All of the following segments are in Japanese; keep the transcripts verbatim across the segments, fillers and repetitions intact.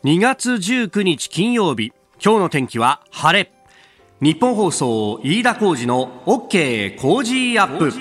にがつじゅうくにち金曜日、今日の天気は晴れ。日本放送飯田浩司の OK 工事アップ。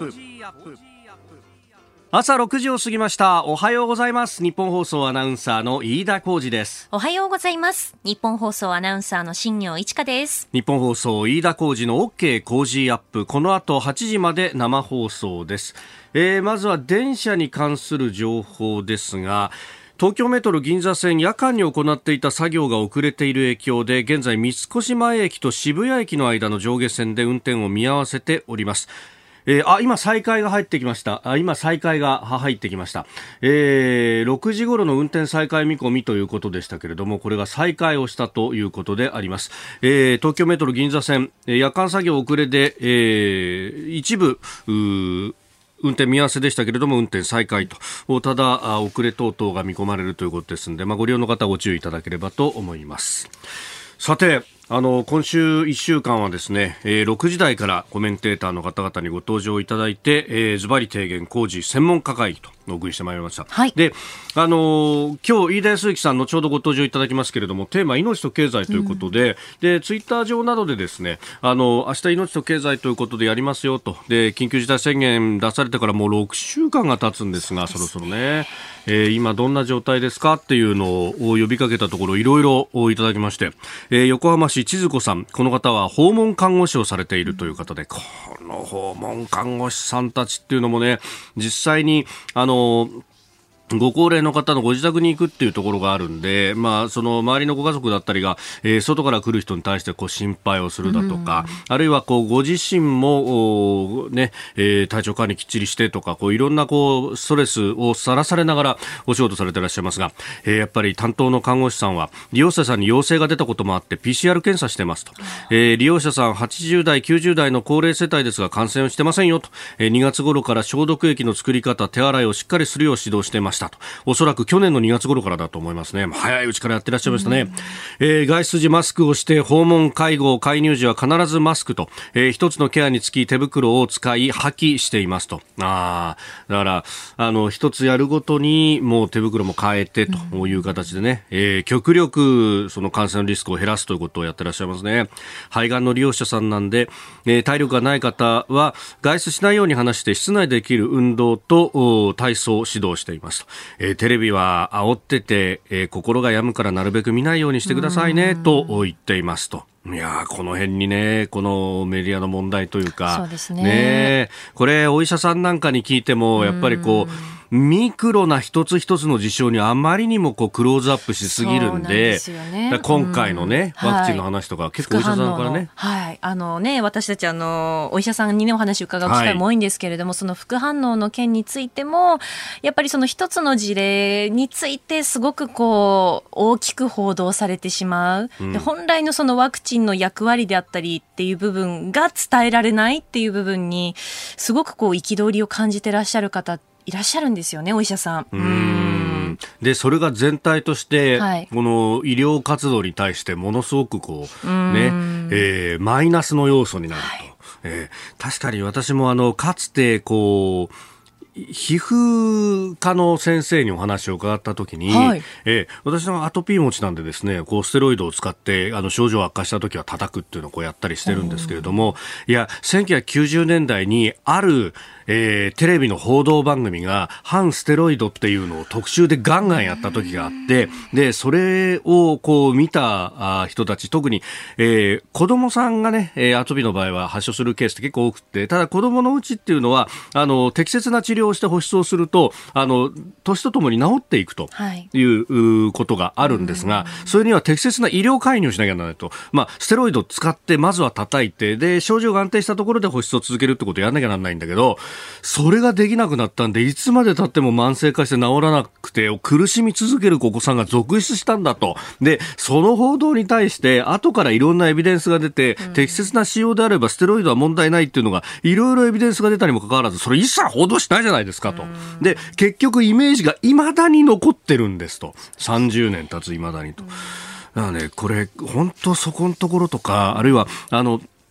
朝ろくじを過ぎました。おはようございます。日本放送アナウンサーの飯田浩司です。 おはようございます。日本放送アナウンサーの新業一華です。 日本放送飯田浩司の OK 工事アップ、この後はちじまで生放送です。えー、まずは電車に関する情報ですが、東京メトロ銀座線、夜間に行っていた作業が遅れている影響で、現在三越前駅と渋谷駅の間の上下線で運転を見合わせております。えー、あ、今再開が入ってきました。あ、今再開が入ってきました。えー、ろくじ頃の運転再開見込みということでしたけれども、これが再開をしたということであります。えー、東京メトロ銀座線、夜間作業遅れで、えー、一部、運転見合わせでしたけれども運転再開と、ただ遅れ等々が見込まれるということですので、まあ、ご利用の方はご注意いただければと思います。さて、あの今週いっしゅうかんはですね、えー、ろくじ台からコメンテーターの方々にご登場いただいて、えー、ズバリ提言工事専門家会議とお送りしてまいりました。 はい、 で、あのー、今日飯田康之さん後ほどご登場いただきますけれども、テーマ命と経済ということで、うん、でツイッター上などでですね、あの明日命と経済ということでやりますよと、で緊急事態宣言出されてからもうろくしゅうかんが経つんですが、そろそろね、えー、今どんな状態ですかっていうのを呼びかけたところ、いろいろいただきまして、えー、横浜市千鶴子さん、この方は訪問看護師をされているという方で、この訪問看護師さんたちっていうのもね、実際にあのご高齢の方のご自宅に行くっていうところがあるんで、まあ、その周りのご家族だったりが、えー、外から来る人に対してこう心配をするだとか、あるいはこうご自身も、ねえー、体調管理きっちりしてとか、こういろんなこうストレスをさらされながらお仕事されていらっしゃいますが、えー、やっぱり担当の看護師さんは利用者さんに陽性が出たこともあって ピーシーアール 検査してますと、えー、利用者さんはちじゅう代きゅうじゅう代の高齢世帯ですが感染をしてませんよと、えー、にがつ頃から消毒液の作り方、手洗いをしっかりするよう指導していましたと。おそらく去年のにがつ頃からだと思いますね。早いうちからやってらっしゃいましたね。えー、外出時マスクをして、訪問介護介入時は必ずマスクと、えー、一つのケアにつき手袋を使い破棄していますと。あだからあの一つやるごとにもう手袋も変えてという形でね、えー、極力その感染のリスクを減らすということをやってらっしゃいますね。肺がんの利用者さんなんで、えー、体力がない方は外出しないように話して室内でできる運動と体操を指導していますと。えーテレビは煽ってて、えー、心が病むからなるべく見ないようにしてくださいねと言っていますと。いやー、この辺にね、このメディアの問題というか、 そうですね。 ね、これお医者さんなんかに聞いてもやっぱりこうミクロな一つ一つの事象にあまりにもこうクローズアップしすぎるん で, ですよ、ね、 今回のね、 うん、 ワクチンの話とか、はい、結構お医者さんからね、 はい、あのね、私たちあのお医者さんに、ね、お話を伺う機会も多いんですけれども、はい、その副反応の件についてもやっぱりその一つの事例についてすごくこう大きく報道されてしまう、うん、で本来のそのワクチンの役割であったりっていう部分が伝えられないっていう部分にすごくこう憤りを感じてらっしゃる方いらっしゃるんですよね、お医者さん。 うーんでそれが全体として、はい、この医療活動に対してものすごくこう、ねえー、マイナスの要素になると、はい、えー、確かに私もあのかつてこう皮膚科の先生にお話を伺ったときに、はい、えー、私のアトピー持ちなんでですね、こうステロイドを使ってあの症状悪化したときは叩くっていうのをこうやったりしてるんですけれども、いやせんきゅうひゃくきゅうじゅうねんだいにあるえー、テレビの報道番組が反ステロイドっていうのを特集でガンガンやった時があって、でそれをこう見た人たち、特に、えー、子供さんがね、アトピーの場合は発症するケースって結構多くて、ただ子供のうちっていうのはあの適切な治療をして保湿をするとあの年とともに治っていくという、はい、ことがあるんですが、それには適切な医療介入しなきゃならないと、まあ、ステロイドを使ってまずは叩いて、で症状が安定したところで保湿を続けるってことをやらなきゃならないんだけど、それができなくなったんで、いつまで経っても慢性化して治らなくて苦しみ続けるお子さんが続出したんだと。でその報道に対して後からいろんなエビデンスが出て、うん、適切な使用であればステロイドは問題ないっていうのがいろいろエビデンスが出たにもかかわらず、それ一切報道しないじゃないですかと。で結局イメージが未だに残ってるんですと。さんじゅうねん経つ未だにと。だからね、これ本当そこのところとか、あるいはあの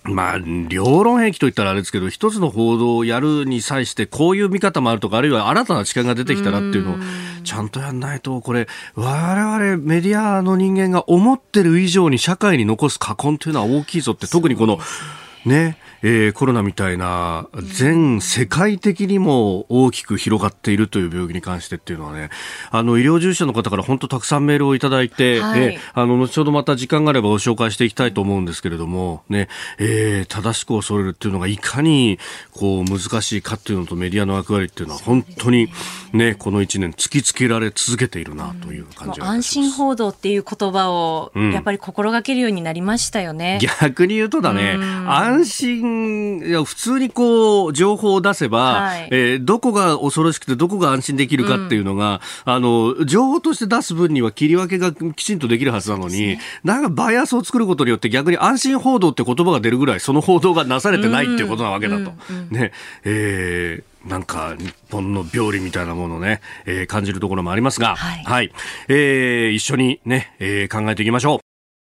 まあ、両論兵器といったらあれですけど、一つの報道をやるに際してこういう見方もあるとか、あるいは新たな知見が出てきたらっていうのをちゃんとやんないと、これ我々メディアの人間が思ってる以上に社会に残す禍根というのは大きいぞって、特にこのね、えー、コロナみたいな全世界的にも大きく広がっているという病気に関してっていうのはね、あの医療従事者の方から本当たくさんメールをいただいて、はい、えー、あの後ほどまた時間があればご紹介していきたいと思うんですけれどもね、えー、正しく恐れるっていうのがいかにこう難しいかっていうのと、メディアの役割っていうのは本当にね、このいちねん突きつけられ続けているなという感じがいたします。 安心報道っていう言葉をやっぱり心がけるようになりましたよね、 うん、逆に言うとだね、安心、いや普通にこう情報を出せば、はい、えー、どこが恐ろしくてどこが安心できるかっていうのが、うん、あの情報として出す分には切り分けがきちんとできるはずなのに、ね、なんかバイアスを作ることによって逆に安心報道って言葉が出るぐらいその報道がなされてないっていうことなわけだと、うんうん、ね、えーなんか日本の病理みたいなものをね、えー、感じるところもありますが、はい、はい、えー、一緒にね、えー、考えていきましょう。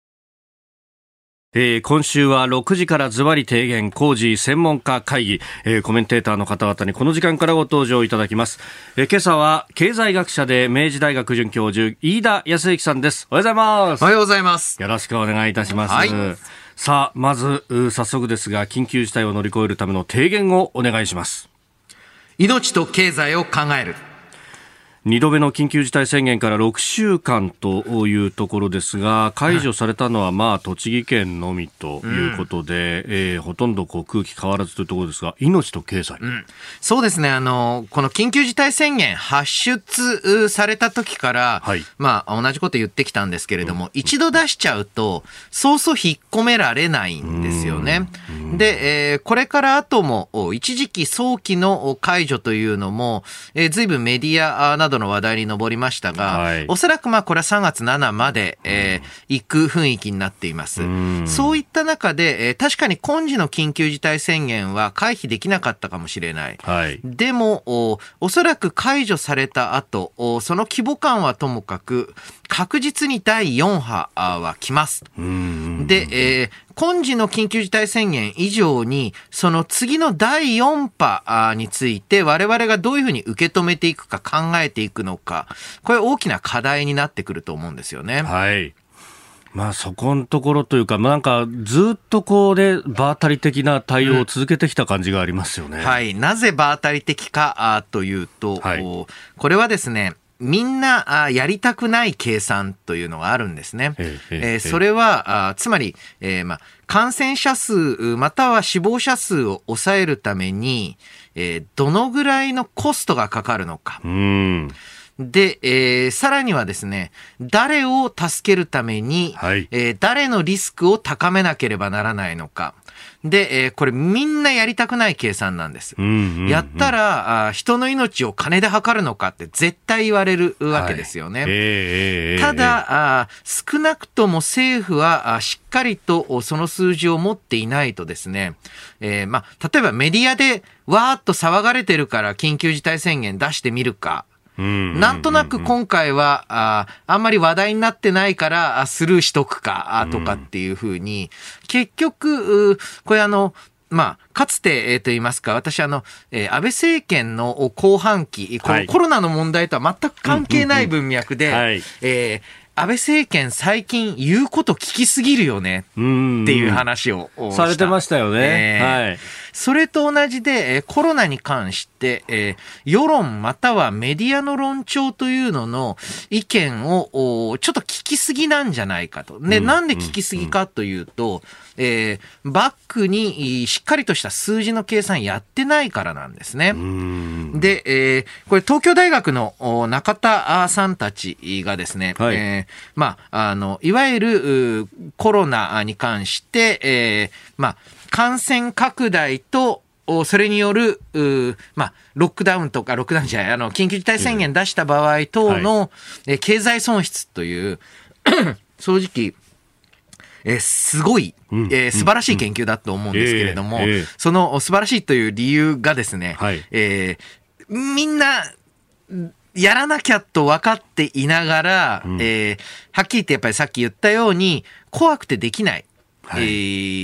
えー、今週はろくじからズバリ提言工事専門家会議、えー、コメンテーターの方々にこの時間からご登場いただきます。えー、今朝は経済学者で明治大学准教授飯田康之さんです。おはようございます。 おはようございます。 よろしくお願いいたします。 はい、 さあ、まず早速ですが、緊急事態を乗り越えるための提言をお願いします。 命と経済を考える。 にどめの緊急事態宣言からろくしゅうかんというところですが、解除されたのはまあ栃木県のみということで、うん、えー、ほとんどこう空気変わらずというところですが、命と経済、 うん、そうですね、あのこの緊急事態宣言発出された時から、はい、まあ、同じこと言ってきたんですけれども、うん、一度出しちゃうとそうそう引っ込められないんですよね。で、えー、これから後も一時期早期の解除というのも、えー、随分メディアなどの話題に上りましたが、はい、おそらくまあこれはさんがつななまで、えー、行く雰囲気になっています。うそういった中で、えー、確かに今時の緊急事態宣言は回避できなかったかもしれない。はい、でも お, おそらく解除された後、その規模感はともかく確実にだいよんはは来ます。で、えー、今時の緊急事態宣言以上にその次のだいよん波について我々がどういうふうに受け止めていくか考えていくのか、これ大きな課題になってくると思うんですよね。 はい、まあ、そこのところというか、なんかずっとこうで場当たり的な対応を続けてきた感じがありますよね。 うん、はい、なぜ場当たり的かというと、はい、これはですね、みんなやりたくない計算というのがあるんですね。えええー、それはつまり、えーま、感染者数または死亡者数を抑えるために、えー、どのぐらいのコストがかかるのか。うんで、えー、さらにはですね、誰を助けるために、はい、えー、誰のリスクを高めなければならないのか。で、えー、これみんなやりたくない計算なんです。うんうんうん、やったらあ人の命を金で測るのかって絶対言われるわけですよね。はい、えー、ただ、えー、あ少なくとも政府はあしっかりとその数字を持っていないとですね、えーまあ、例えばメディアでわーっと騒がれてるから緊急事態宣言出してみるか。なんとなく今回は あ, あんまり話題になってないからスルーしとくかとかっていうふうに、結局これあのまあ、かつて、えー、と言いますか、私あの、えー、安倍政権の後半期、このコロナの問題とは全く関係ない文脈で、はい、えー安倍政権最近言うこと聞きすぎるよねっていう話をしたされてましたよね。えーはい、 それと同じでコロナに関して、えー、世論またはメディアの論調というのの意見をちょっと聞きすぎなんじゃないかと。で、なんで聞きすぎかというと、えー、バックにしっかりとした数字の計算やってないからなんですね。で、えー、これ東京大学の中田さんたちがですね、はいえーまあ、あのいわゆるコロナに関して、えーまあ、感染拡大とそれによる、まあ、ロックダウンとかロックダウンじゃないあの緊急事態宣言出した場合等の、はい、経済損失という正直えー、すごい、えー、素晴らしい研究だと思うんですけれども、うんうんえーえー、その素晴らしいという理由がですね、はいえー、みんなやらなきゃと分かっていながら、うんえー、はっきり言ってやっぱりさっき言ったように怖くてできない、はいえー、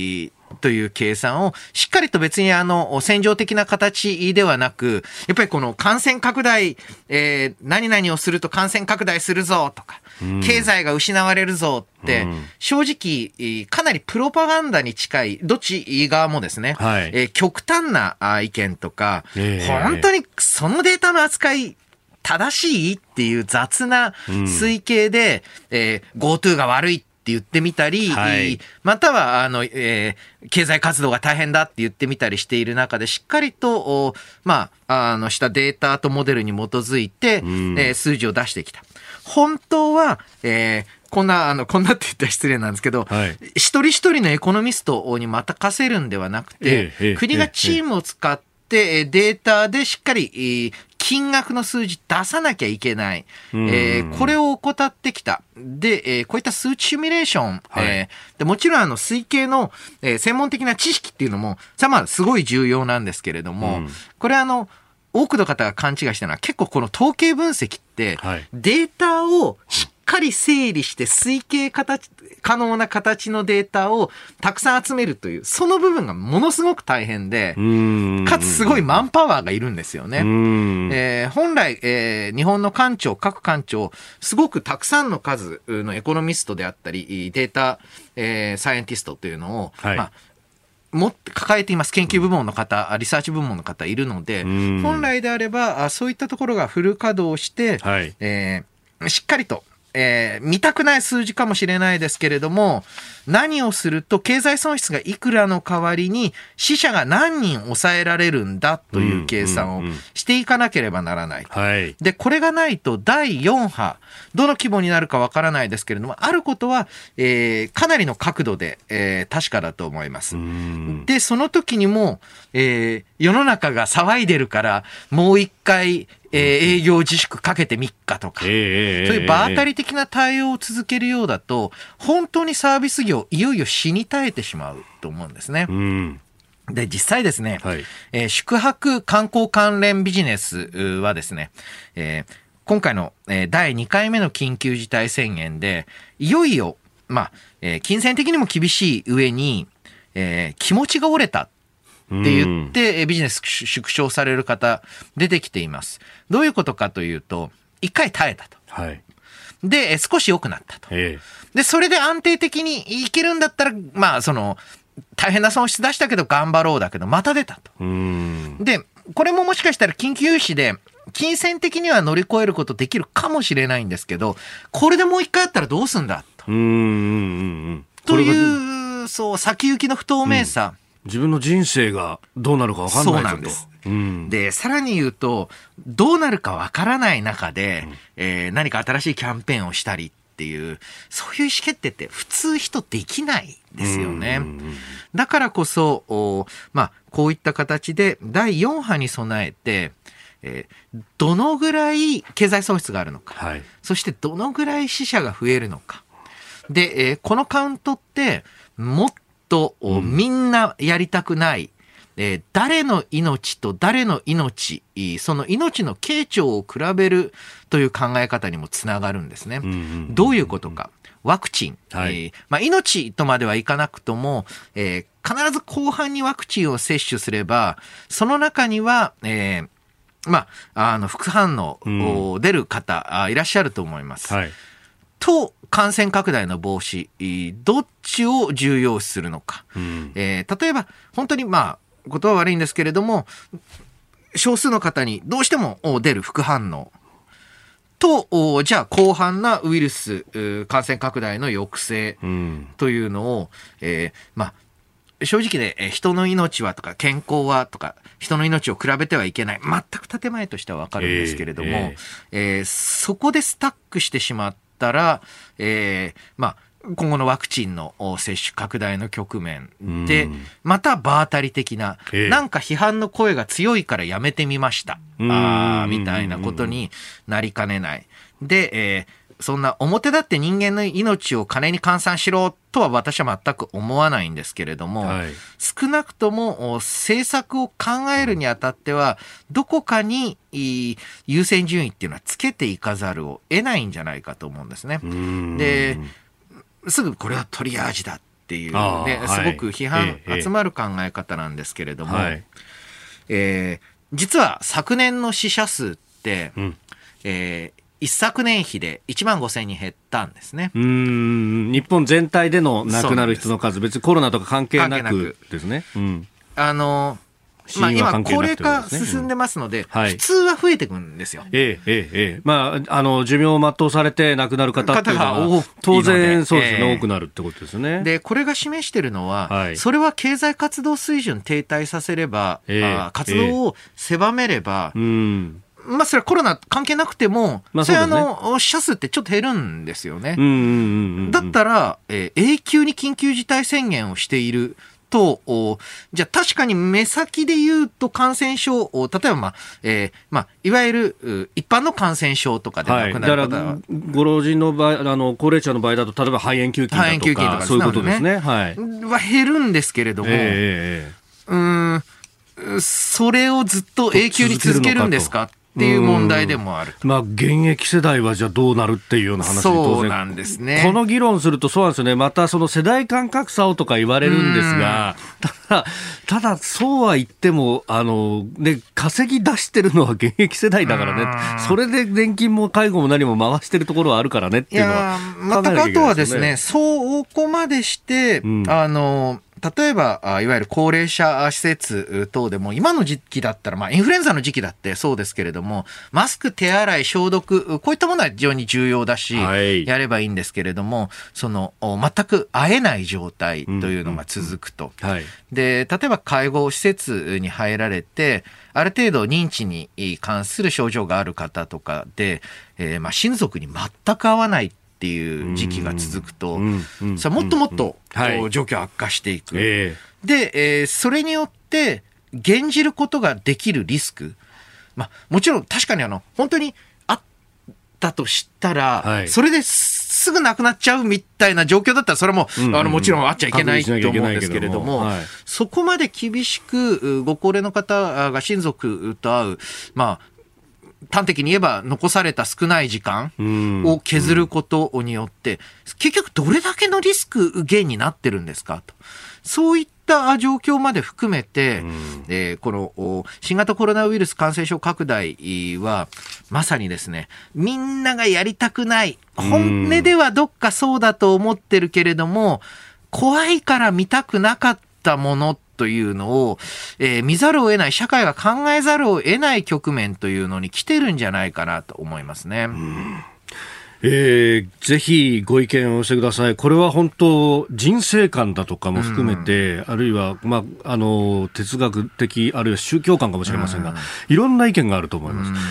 という計算をしっかりと別にあの戦場的な形ではなく、やっぱりこの感染拡大、えー、何々をすると感染拡大するぞとか、経済が失われるぞって、正直かなりプロパガンダに近い、どっち側もですね、はい、えー、極端な意見とか、えー、本当にそのデータの扱い正しいっていう雑な推計で、うん、えー、GoTo が悪いって言ってみたり、はい、またはあの、えー、経済活動が大変だって言ってみたりしている中で、しっかりと、まあ、あのしたデータとモデルに基づいて、うん、えー、数字を出してきた。本当は、えー、こんなあのこんなって言ったら失礼なんですけど、はい、一人一人のエコノミストに任せるんではなくて、ええ、国がチームを使ってデータでしっかり金額の数字出さなきゃいけない、えー、これを怠ってきた。で、えー、こういった数値シミュレーション、はい、えー、でもちろんあの推計の、えー、専門的な知識っていうのもさまあすごい重要なんですけれども、うん、これあの多くの方が勘違いしてるのは、結構この統計分析って、はい、データをしっかり整理して推計形可能な形のデータをたくさん集めるという、その部分がものすごく大変で、かつすごいマンパワーがいるんですよね。えー、本来、えー、日本の官庁、各官庁、すごくたくさんの数のエコノミストであったり、データ、えー、サイエンティストというのを、はい、まあも抱えています。研究部門の方、リサーチ部門の方いるので、本来であればそういったところがフル稼働して、はい、えー、しっかりと、えー、見たくない数字かもしれないですけれども、何をすると経済損失がいくらの代わりに死者が何人抑えられるんだという計算をしていかなければならない。はい、で、これがないとだいよん波、どの規模になるかわからないですけれども、あることは、えー、かなりの角度で、えー、確かだと思います。で、その時にも、えー、世の中が騒いでるからもう一回えー、営業自粛かけてみっかとか、えー、そういう場当たり的な対応を続けるようだと、本当にサービス業いよいよ死に絶えてしまうと思うんですね。うん、で、実際ですね、はい、えー、宿泊観光関連ビジネスはですね、えー、今回のだいにかいめの緊急事態宣言でいよいよ、まあえー、金銭的にも厳しい上に、えー、気持ちが折れたって言ってビジネス縮小される方出てきています。どういうことかというと、一回耐えたと。はい、で、少し良くなったと。で、それで安定的にいけるんだったら、まあ、その、大変な損失出したけど頑張ろうだけど、また出たと。で、これももしかしたら緊急時で、金銭的には乗り越えることできるかもしれないんですけど、これでもう一回やったらどうすんだと。うーん、という、そう、先行きの不透明さ。うん、 自分の人生がどうなるか分かんないと。 そうなんです。うん、で、さらに言うと、どうなるか分からない中で、うん、えー、何か新しいキャンペーンをしたりっていう、そういう意思決定って普通人できないですよね。だからこそ、まあ、こういった形でだいよん波に備えて、えー、どのぐらい経済損失があるのか、はい、そしてどのぐらい死者が増えるのか。で、えー、このカウントってもっと、うん、みんなやりたくない、えー、誰の命と誰の命、その命の傾聴を比べるという考え方にもつながるんですね。うんうんうん、どういうことか。ワクチン、はい、えーまあ、命とまではいかなくとも、えー、必ず後半にワクチンを接種すれば、その中には、えーまあ、あの副反応を出る方、うん、いらっしゃると思います。はい、と感染拡大の防止、どっちを重要視するのか、うん、えー、例えば本当にまあ言葉は悪いんですけれども、少数の方にどうしても出る副反応と、じゃあ広範なウイルス感染拡大の抑制というのを、うん、えー、まあ正直で人の命はとか健康はとか人の命を比べてはいけない、全く建前としては分かるんですけれども、えーえーえー、そこでスタックしてしまったら、えー、まあ今後のワクチンの接種拡大の局面で、また場当たり的な、ええ、なんか批判の声が強いからやめてみました。あみたいなことになりかねない。で、えー、そんな表立って人間の命を金に換算しろとは私は全く思わないんですけれども、はい、少なくとも政策を考えるにあたっては、どこかに優先順位っていうのはつけていかざるを得ないんじゃないかと思うんですね。ですぐこれはトリアージだっっていう、ね、すごく批判集まる考え方なんですけれども、はいえー、実は昨年の死者数って、うんえー、一昨年比でいちまんごせんにん減ったんですね。 うーん日本全体での亡くなる人の数、別にコロナとか関係なくですね。うん、 あのまあ、今、高齢化進んでますので、うんはい、普通は増えていくんですよ。 ええええまあ、あの寿命を全うされて亡くなる方っていうのは当然そうですね、えー、多くなるってことですね。 でこれが示しているのは、はい、それは経済活動水準停滞させれば、えー、あ活動を狭めれば、えーうんまあ、それはコロナ関係なくても、まあそうですね、それあの死者数ってちょっと減るんですよね。うんうんうんうん、だったら、えー、永久に緊急事態宣言をしていると、じゃあ確かに目先で言うと感染症、例えば、まあえーまあ、いわゆる一般の感染症とかで亡くなる方は、はい、だからご老人の場合、あの高齢者の場合だと例えば肺炎球菌だとか、肺炎球菌とかそういうことですね、はい、 は減るんですけれども、えー、うーんそれをずっと永久に続けるんですかっていう問題でもある。 まあ、現役世代はじゃあどうなるっていうような話に当然そうなんですね。 この議論するとそうなんですよね。またその世代間格差をとか言われるんですが、ただただそうは言ってもあの、ね、稼ぎ出してるのは現役世代だからね。それで年金も介護も何も回してるところはあるからねっていうのは考えなきゃいけないですよね。全くあとはですね、そこまでして、うん、あの例えばいわゆる高齢者施設等でも今の時期だったら、まあ、インフルエンザの時期だってそうですけれども、マスク、手洗い、消毒、こういったものは非常に重要だし、はい、やればいいんですけれども、その全く会えない状態というのが続くと、うんうんはい、で例えば介護施設に入られてある程度認知に関する症状がある方とかで、えー、まあ親族に全く会わないっていう時期が続くと、それもっともっと状況悪化していく、はいえー、で、えー、それによって減じることができるリスク、まあ、もちろん確かにあの本当にあったとしたら、はい、それですぐなくなっちゃうみたいな状況だったらそれも、うんうん、あのもちろんあっちゃいけないと思うんですけれども、はい、そこまで厳しくご高齢の方が親族と会う、まあ端的に言えば残された少ない時間を削ることによって結局どれだけのリスク減になってるんですかと、そういった状況まで含めて、えー、この新型コロナウイルス感染症拡大はまさにですね、みんながやりたくない、本音ではどっかそうだと思ってるけれども怖いから見たくなかったものというのを、えー、見ざるを得ない、社会が考えざるを得ない局面というのに来てるんじゃないかなと思いますね。うんえー、ぜひご意見をお寄せください。これは本当人生観だとかも含めて、うん、あるいは、まあ、あの哲学的あるいは宗教観かもしれませんが、うん、いろんな意見があると思います。うん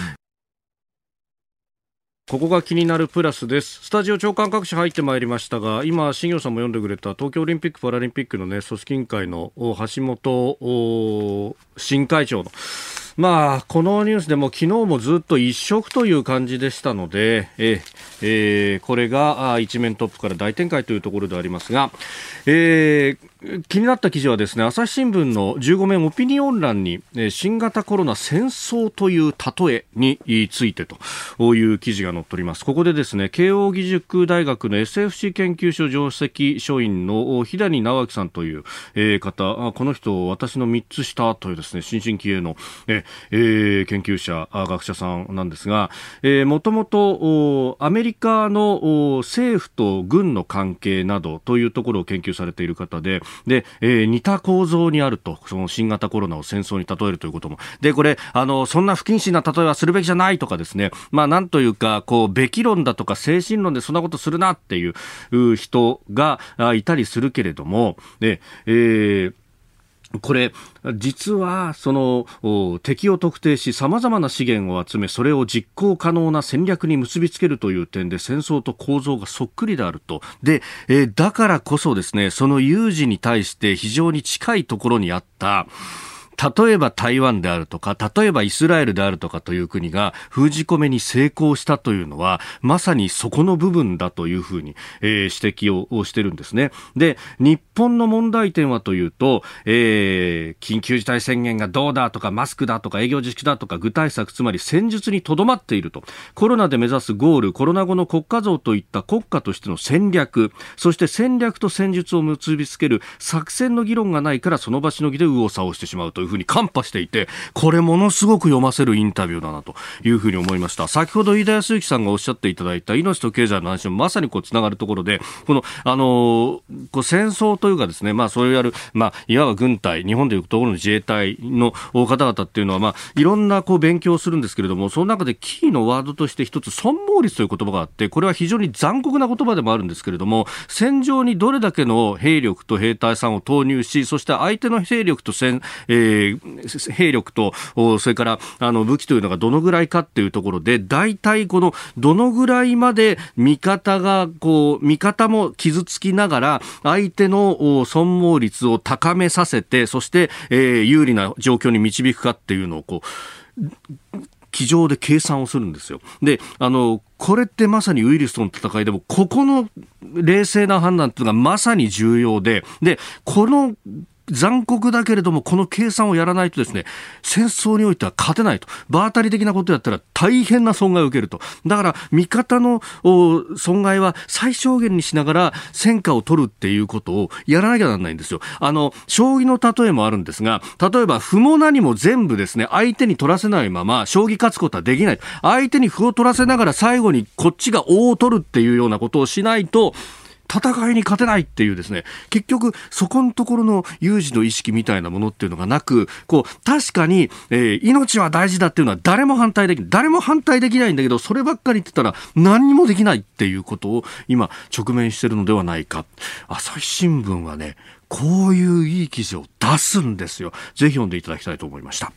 ここが気になるプラスです。スタジオ長官各紙入ってまいりましたが、今新業さんも読んでくれた東京オリンピックパラリンピックの、ね、組織委員会の橋本新会長のまあ、このニュースでも昨日もずっと一色という感じでしたので、ええー、これが一面トップから大展開というところでありますが、えー、気になった記事はですね、朝日新聞のじゅうご面オピニオン欄に新型コロナ戦争という例えについてという記事が載っております。ここでですね、慶応義塾大学の エスエフシー 研究所上席所員の日谷直明さんという方、この人私のみっつ下というですね、新進気鋭のええー、研究者学者さんなんですが、えー、もともとアメリカの政府と軍の関係などというところを研究されている方で、で、えー、似た構造にあると、その新型コロナを戦争に例えるということもで、これあのそんな不謹慎な例えはするべきじゃないとかですね、まあなんというかこうべき論だとか精神論でそんなことするなっていう人がいたりするけれども、で、えーこれ実はその敵を特定し様々な資源を集めそれを実行可能な戦略に結びつけるという点で戦争と構造がそっくりであると。で、えー、だからこそですね、その有事に対して非常に近いところにあった例えば台湾であるとか、例えばイスラエルであるとかという国が封じ込めに成功したというのは、まさにそこの部分だというふうに、えー、指摘をしてるんですね。で、日本の問題点はというと、えー、緊急事態宣言がどうだとか、マスクだとか、営業自粛だとか、具体策、つまり戦術にとどまっていると。コロナで目指すゴール、コロナ後の国家像といった国家としての戦略、そして戦略と戦術を結びつける作戦の議論がないから、その場しのぎで右往左往してしまうというふうに看破していて、これものすごく読ませるインタビューだなというふうに思いました。先ほど飯田康之さんがおっしゃっていただいた命と経済の話もまさにこうつながるところで、この、あのー、こう戦争というかですね、まあそういうやる、まあいわば軍隊、日本でいうところの自衛隊の方々っていうのは、まあいろんなこう勉強をするんですけれども、その中でキーのワードとして一つ損耗率という言葉があって、これは非常に残酷な言葉でもあるんですけれども、戦場にどれだけの兵力と兵隊さんを投入し、そして相手の兵力と戦、えー、兵力とそれからあの武器というのがどのぐらいかっていうところで、大体このどのぐらいまで味方がこう味方も傷つきながら相手の損耗率を高めさせて、そして、えー、有利な状況に導くかっていうのをこう机上で計算をするんですよ。で、あのこれってまさにウイルスとの戦いでもここの冷静な判断っていうのがまさに重要で、でこの残酷だけれどもこの計算をやらないとですね、戦争においては勝てないと。場当たり的なことやったら大変な損害を受けると。だから味方の損害は最小限にしながら戦果を取るっていうことをやらなきゃならないんですよ。あの将棋の例えもあるんですが、例えば歩も何も全部ですね相手に取らせないまま将棋勝つことはできない。相手に歩を取らせながら最後にこっちが王を取るっていうようなことをしないと戦いに勝てないっていうですね、結局そこのところの有事の意識みたいなものっていうのがなく、こう確かに、えー、命は大事だっていうのは誰も反対できない誰も反対できないんだけど、そればっかり言ってたら何にもできないっていうことを今直面しているのではないか。朝日新聞はね、こういういい記事を出すんですよ。ぜひ読んでいただきたいと思いました。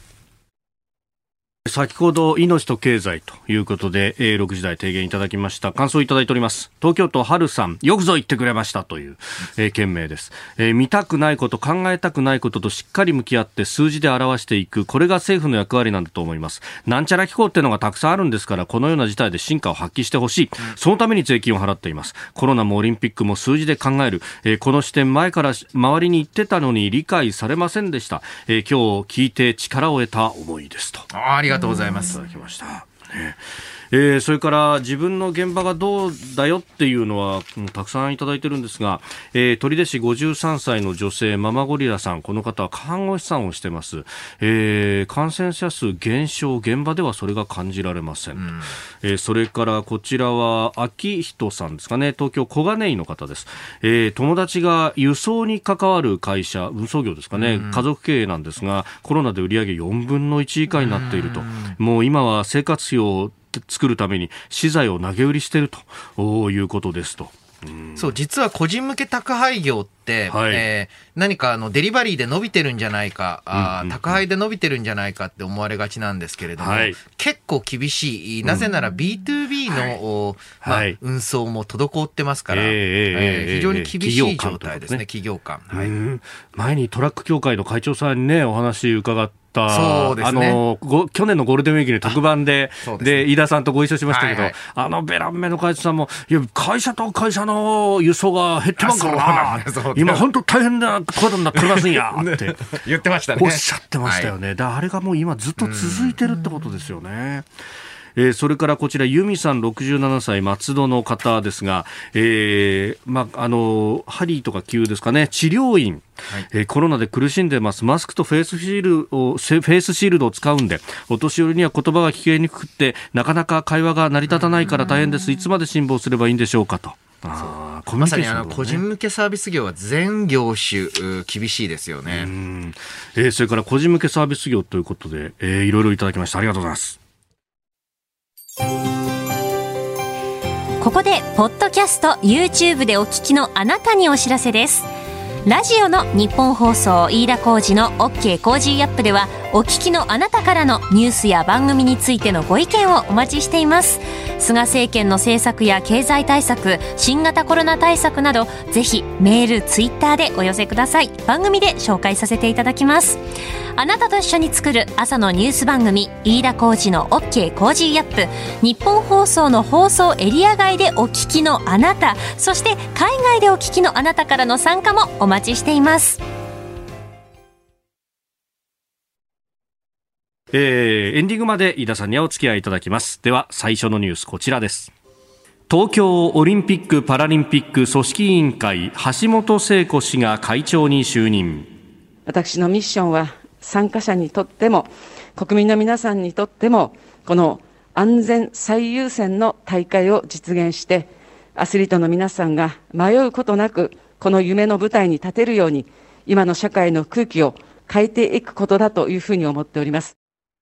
先ほど命と経済ということで、えー、ろくじ台提言いただきました。感想いただいております。東京都春さん、よくぞ言ってくれましたという、えー、件名です、えー、見たくないこと、考えたくないこととしっかり向き合って数字で表していく、これが政府の役割なんだと思います。なんちゃら機構っていうのがたくさんあるんですから、このような事態で真価を発揮してほしい。そのために税金を払っています。コロナもオリンピックも数字で考える、えー、この視点前から周りに言ってたのに理解されませんでした、えー、今日聞いて力を得た思いですと。 あ, ありがとうございます。 いただきました、ねえー、それから自分の現場がどうだよっていうのはたくさんいただいてるんですが、えー、取手市ごじゅうさんさいの女性ママゴリラさん、この方は看護師さんをしてます、えー、感染者数減少、現場ではそれが感じられません、うんえー、それからこちらは秋人さんですかね、東京小金井の方です、えー、友達が輸送に関わる会社、運送業ですかね、うん、家族経営なんですが、コロナで売上よんぶんのいち以下になっていると、うん、もう今は生活費を作るために資材を投げ売りしているということですと。うん、 そう、実は個人向け宅配業って、はいえー、何かあのデリバリーで伸びてるんじゃないか、うんうんうん、あ宅配で伸びてるんじゃないかって思われがちなんですけれども、はい、結構厳しい。なぜなら ビーツービー の、うんまあはい、運送も滞ってますから、えーえー、非常に厳しい状態ですね、企業間、はい、 うん前にトラック協会の会長さんにねお話伺ってそうですね、 あの去年のゴールデンウィークに特番 で, で, で飯田さんとご一緒しましたけど、はいはい、あのベランメの会社さんもいや会社と会社の輸送が減ってますからな、今本当大変なことになってますんやって言ってましたね、 おっしゃってましたよね、はい、だあれがもう今ずっと続いてるってことですよね。えー、それからこちらユミさんろくじゅうななさい松戸の方ですが、えーまあ、あのハリーとかキューですかね、治療院、はいえー、コロナで苦しんでます。マスクとフェイスシールドをフェイスシールドを使うんでお年寄りには言葉が聞けにくくてなかなか会話が成り立たないから大変です。いつまで辛抱すればいいんでしょうかと。 あまさにあの個人向けサービス業は全業種厳しいですよね。 うん、えー、それから個人向けサービス業ということで、えー、いろいろいただきました。ありがとうございます。 ここでポッドキャスト YouTube でお聞きのあなたにお知らせです。ラジオの日本放送飯田浩司の OK コージーアップではお聞きのあなたからのニュースや番組についてのご意見をお待ちしています。菅政権の政策や経済対策、新型コロナ対策などぜひメール、ツイッターでお寄せください。番組で紹介させていただきます。 あなたと一緒に作る朝のニュース番組、飯田浩司の OK コージーアップ。日本放送の放送エリア外でお聞きのあなた、そして海外でお聞きのあなたからの参加もお待ちしています。 えー、エンディングまで飯田さんにはお付き合いいただきます。では最初のニュース、こちらです。東京オリンピック・パラリンピック組織委員会、橋本聖子氏が会長に就任。 私のミッションは、参加者にとっても国民の皆さんにとっても、この安全最優先の大会を実現して、アスリートの皆さんが迷うことなくこの夢の舞台に立てるように、今の社会の空気を変えていくことだというふうに思っております。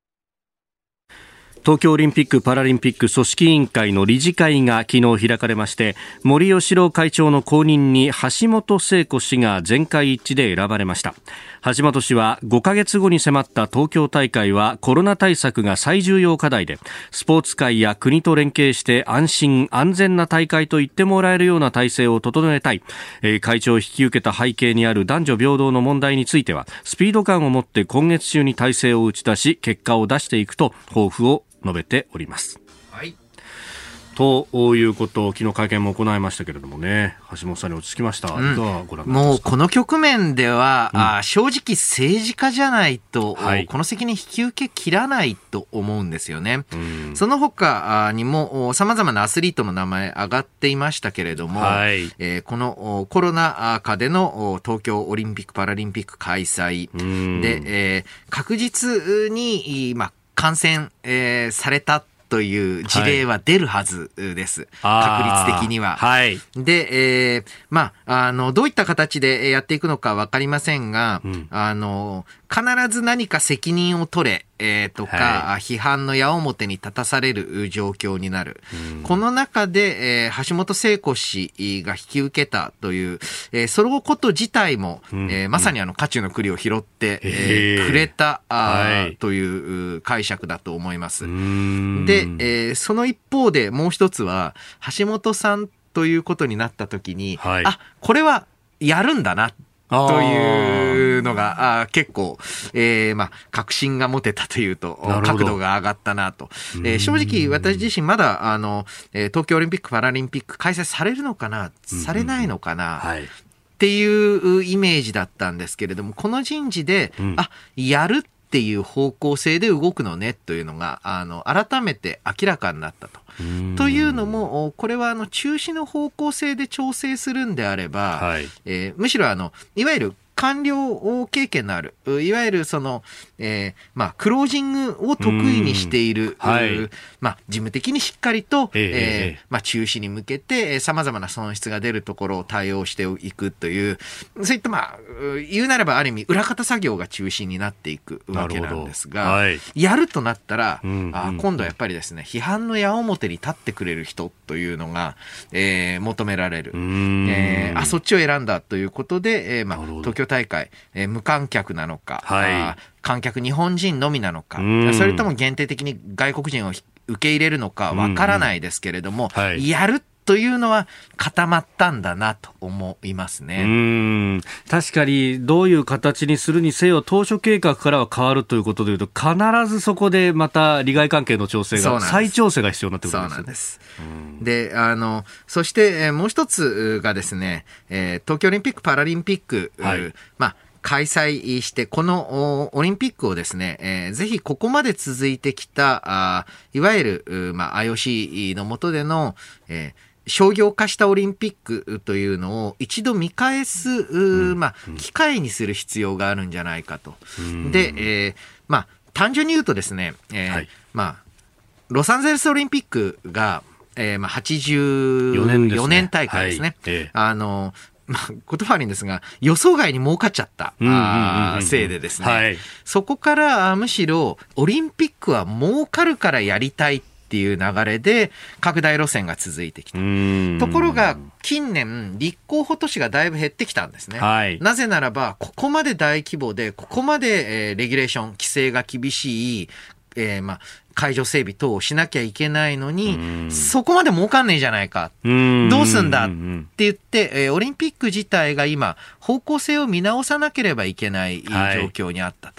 東京オリンピック・パラリンピック組織委員会の理事会が昨日開かれまして、森喜朗会長の後任に橋本聖子氏が全会一致で選ばれました。橋本氏は、ごかげつごに迫った東京大会はコロナ対策が最重要課題で、スポーツ界や国と連携して安心安全な大会と言ってもらえるような体制を整えたい。えー、会長を引き受けた背景にある男女平等の問題については、スピード感を持って今月中に体制を打ち出し、結果を出していくと抱負を述べております。はい。ということを昨日会見も行いましたけれどもね、橋本さんに落ち着きました。うん、ご覧もうこの局面では、うん、あ正直政治家じゃないと、はい、この責任引き受けきらないと思うんですよね。うん、その他にも様々なアスリートの名前上がっていましたけれども、はい、えー、このコロナ禍での東京オリンピック・パラリンピック開催で、えー、確実に、まあ感染、えー、されたという事例は出るはずです。はい、確率的には。はい、で、えー、まあ、あの、どういった形でやっていくのかわかりませんが、うん、あの、必ず何か責任を取れ、えー、とか、はい、批判の矢面に立たされる状況になる。うん、この中で、えー、橋本聖子氏が引き受けたという、えー、そのこと自体も、うんえー、まさにあの、渦中の栗を拾って、えー、くれた、はい、という解釈だと思います。で、えー、その一方でもう一つは、橋本さんということになったときに、はい、あ、これはやるんだな。というのがあ結構、えーまあ、確信が持てたというと角度が上がったなと、えー、正直私自身まだあの、えー、東京オリンピック・パラリンピック開催されるのかな、されないのかな、はい、っていうイメージだったんですけれども、この人事で、うん、あやるっていう方向性で動くのねというのがあの改めて明らかになったと。というのもこれはあの中止の方向性で調整するんであれば、はいえー、むしろあのいわゆる官僚経験のあるいわゆるその、えーまあ、クロージングを得意にしている、はいまあ、事務的にしっかりと、えーえーまあ、中止に向けてさまざまな損失が出るところを対応していくというそういった、まあ、言うなればある意味裏方作業が中心になっていくわけなんですが、はい、やるとなったら、うんうん、あ今度はやっぱりですね批判の矢面に立ってくれる人というのが、えー、求められる、えー、あそっちを選んだということで、えーまあ、東京大会、えー、無観客なのか、はい、あ観客日本人のみなのか、それとも限定的に外国人を受け入れるのかわからないですけれども、うんうんはい、やるというのは固まったんだなと思いますね。うーん確かにどういう形にするにせよ当初計画からは変わるということでいうと必ずそこでまた利害関係の調整が再調整が必要になってくるんです。 そうなんです。であのそして、えー、もう一つがですね、えー、東京オリンピック・パラリンピック、はいまあ開催してこのオリンピックをですね、えー、ぜひここまで続いてきたあいわゆる、まあ、アイオーシー の下での、えー、商業化したオリンピックというのを一度見返す、うんまあ、機会にする必要があるんじゃないかと。で、えーまあ、単純に言うとですね、えーはいまあ、ロサンゼルスオリンピックが、えーまあ、はちじゅうよねん大会ですね。はいえー、あのまあ、言葉悪いんですが予想外に儲かっちゃったせいでですね、はい、そこからむしろオリンピックは儲かるからやりたいっていう流れで拡大路線が続いてきた。ところが近年立候補都市がだいぶ減ってきたんですね、はい、なぜならばここまで大規模でここまで、えー、レギュレーション規制が厳しい、えーまあ会場整備等をしなきゃいけないのにそこまで儲かんねえじゃないかどうすんだって言って、えー、オリンピック自体が今方向性を見直さなければいけない状況にあったと、は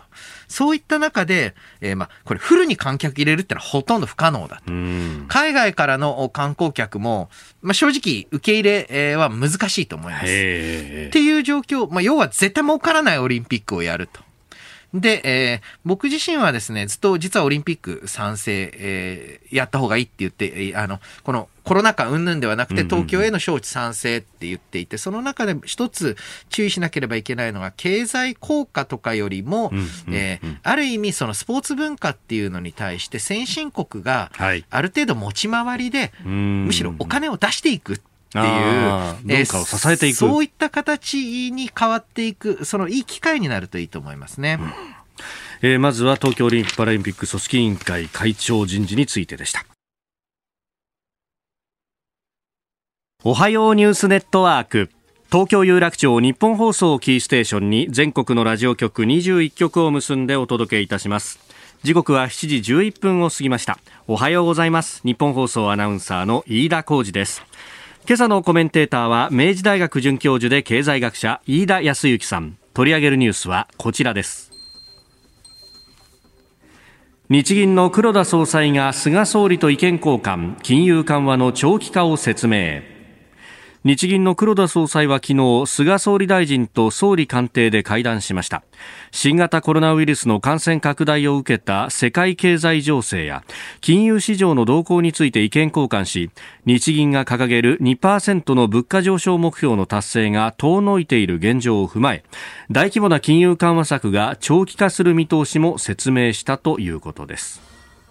そういった中で、えー、まあこれフルに観客入れるってのはほとんど不可能だと。海外からの観光客も、まあ、正直受け入れは難しいと思います。っていう状況、まあ、要は絶対儲からないオリンピックをやると。で、えー、僕自身はですね、ずっと実はオリンピック賛成、えー、やった方がいいって言って、あの、このコロナ禍云々ではなくて東京への招致賛成って言っていて、その中で一つ注意しなければいけないのが経済効果とかよりも、えー、ある意味そのスポーツ文化っていうのに対して先進国がある程度持ち回りで、むしろお金を出していく。っていう文化を支えていく、 そういった形に変わっていく、そのいい機会になるといいと思いますね。 うん、えー、まずは東京オリンピック・パラリンピック組織委員会会長人事についてでした。おはようニュースネットワーク、東京有楽町日本放送をキーステーションに全国のラジオ局にじゅういっきょくを結んでお届けいたします。時刻はしちじじゅういっぷんを過ぎました。おはようございます。日本放送アナウンサーの飯田浩司です。今朝のコメンテーターは明治大学准教授で経済学者飯田康之さん。取り上げるニュースはこちらです。日銀の黒田総裁が菅総理と意見交換、金融緩和の長期化を説明。日銀の黒田総裁は昨日、菅総理大臣と総理官邸で会談しました。新型コロナウイルスの感染拡大を受けた世界経済情勢や金融市場の動向について意見交換し、日銀が掲げる にパーセント の物価上昇目標の達成が遠のいている現状を踏まえ、大規模な金融緩和策が長期化する見通しも説明したということです。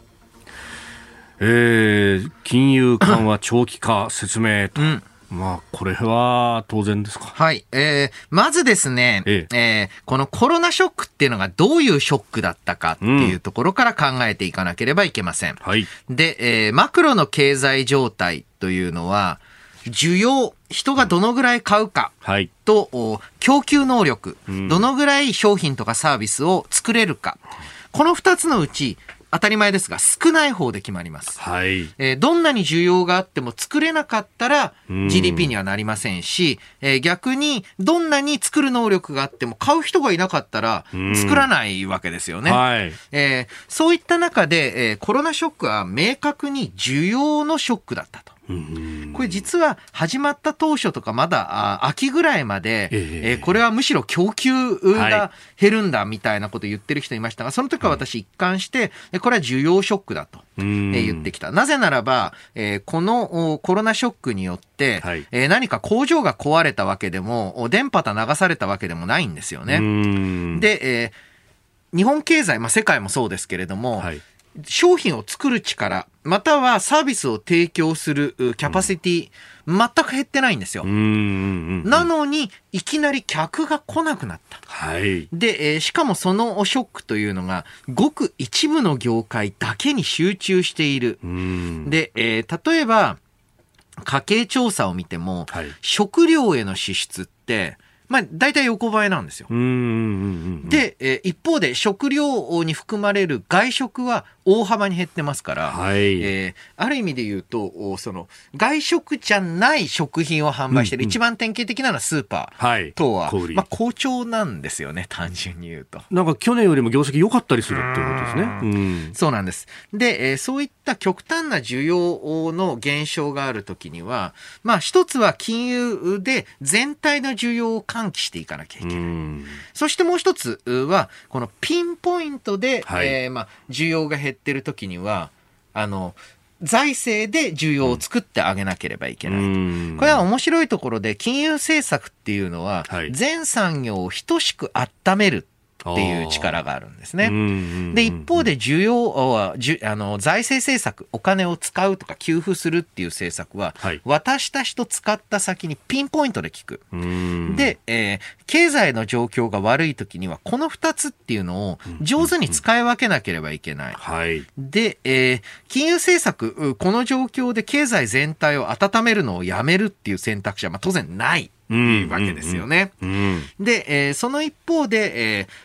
えー、金融緩和長期化説明と、うんまあ、これは当然ですか。 はい。えー、まずですね、えええー、このコロナショックっていうのがどういうショックだったかっていうところから考えていかなければいけません。 はい。 で、えー、マクロの経済状態というのは、需要、人がどのぐらい買うかと、はい、供給能力、うん、どのぐらい商品とかサービスを作れるか。この二つのうち、当たり前ですが少ない方で決まります、 はいえー、どんなに需要があっても作れなかったら ジーディーピー にはなりませんし、えー、逆にどんなに作る能力があっても買う人がいなかったら作らないわけですよね、 はいえー、そういった中で、えー、コロナショックは明確に需要のショックだったと。これ実は始まった当初とかまだ秋ぐらいまで、えーえー、これはむしろ供給が減るんだみたいなことを言ってる人いましたが、その時は私一貫してこれは需要ショックだと言ってきた。なぜならば、えー、このコロナショックによって、はいえー、何か工場が壊れたわけでも電波が流されたわけでもないんですよね。で、えー、日本経済、まあ、世界もそうですけれども、はい商品を作る力、またはサービスを提供するキャパシティ、うん、全く減ってないんですよ。 うんうんうん、 なのに、いきなり客が来なくなった。 はい、 で、えー、しかもそのショックというのが、ごく一部の業界だけに集中している。 うんで、えー、例えば、家計調査を見ても、はい、食料への支出って、まあ、大体横ばいなんですよ。 うんうんうんうん、 で、えー、一方で食料に含まれる外食は大幅に減ってますから、 はいえー、ある意味で言うと、その外食じゃない食品を販売している、うんうん、一番典型的なのはスーパー等は、 はい、 まあ、好調なんですよね、単純に言うと。 なんか去年よりも業績良かったりするっていうことですね。うん、 そうなんです。で、えー、そういった極端な需要の減少があるときには、まあ一つは金融で全体の需要を喚起していかなきゃいけない。うん、そしてもう一つは、このピンポイントで、はいえー、まあ需要が減ってるときには、あの、財政で需要を作ってあげなければいけない。うん、これは面白いところで、金融政策っていうのは、はい、全産業を等しく温めるっていう力があるんですね。で、一方で需要は、あの、財政政策、お金を使うとか給付するっていう政策は、はい、渡した人使った先にピンポイントで効く。で、えー、経済の状況が悪い時には、この二つっていうのを上手に使い分けなければいけない。 はい、 で、えー、金融政策、この状況で経済全体を温めるのをやめるっていう選択肢は、まあ、当然ない。いいわけですよね。 うんうんうん、 で、えー、その一方で、えーまあ、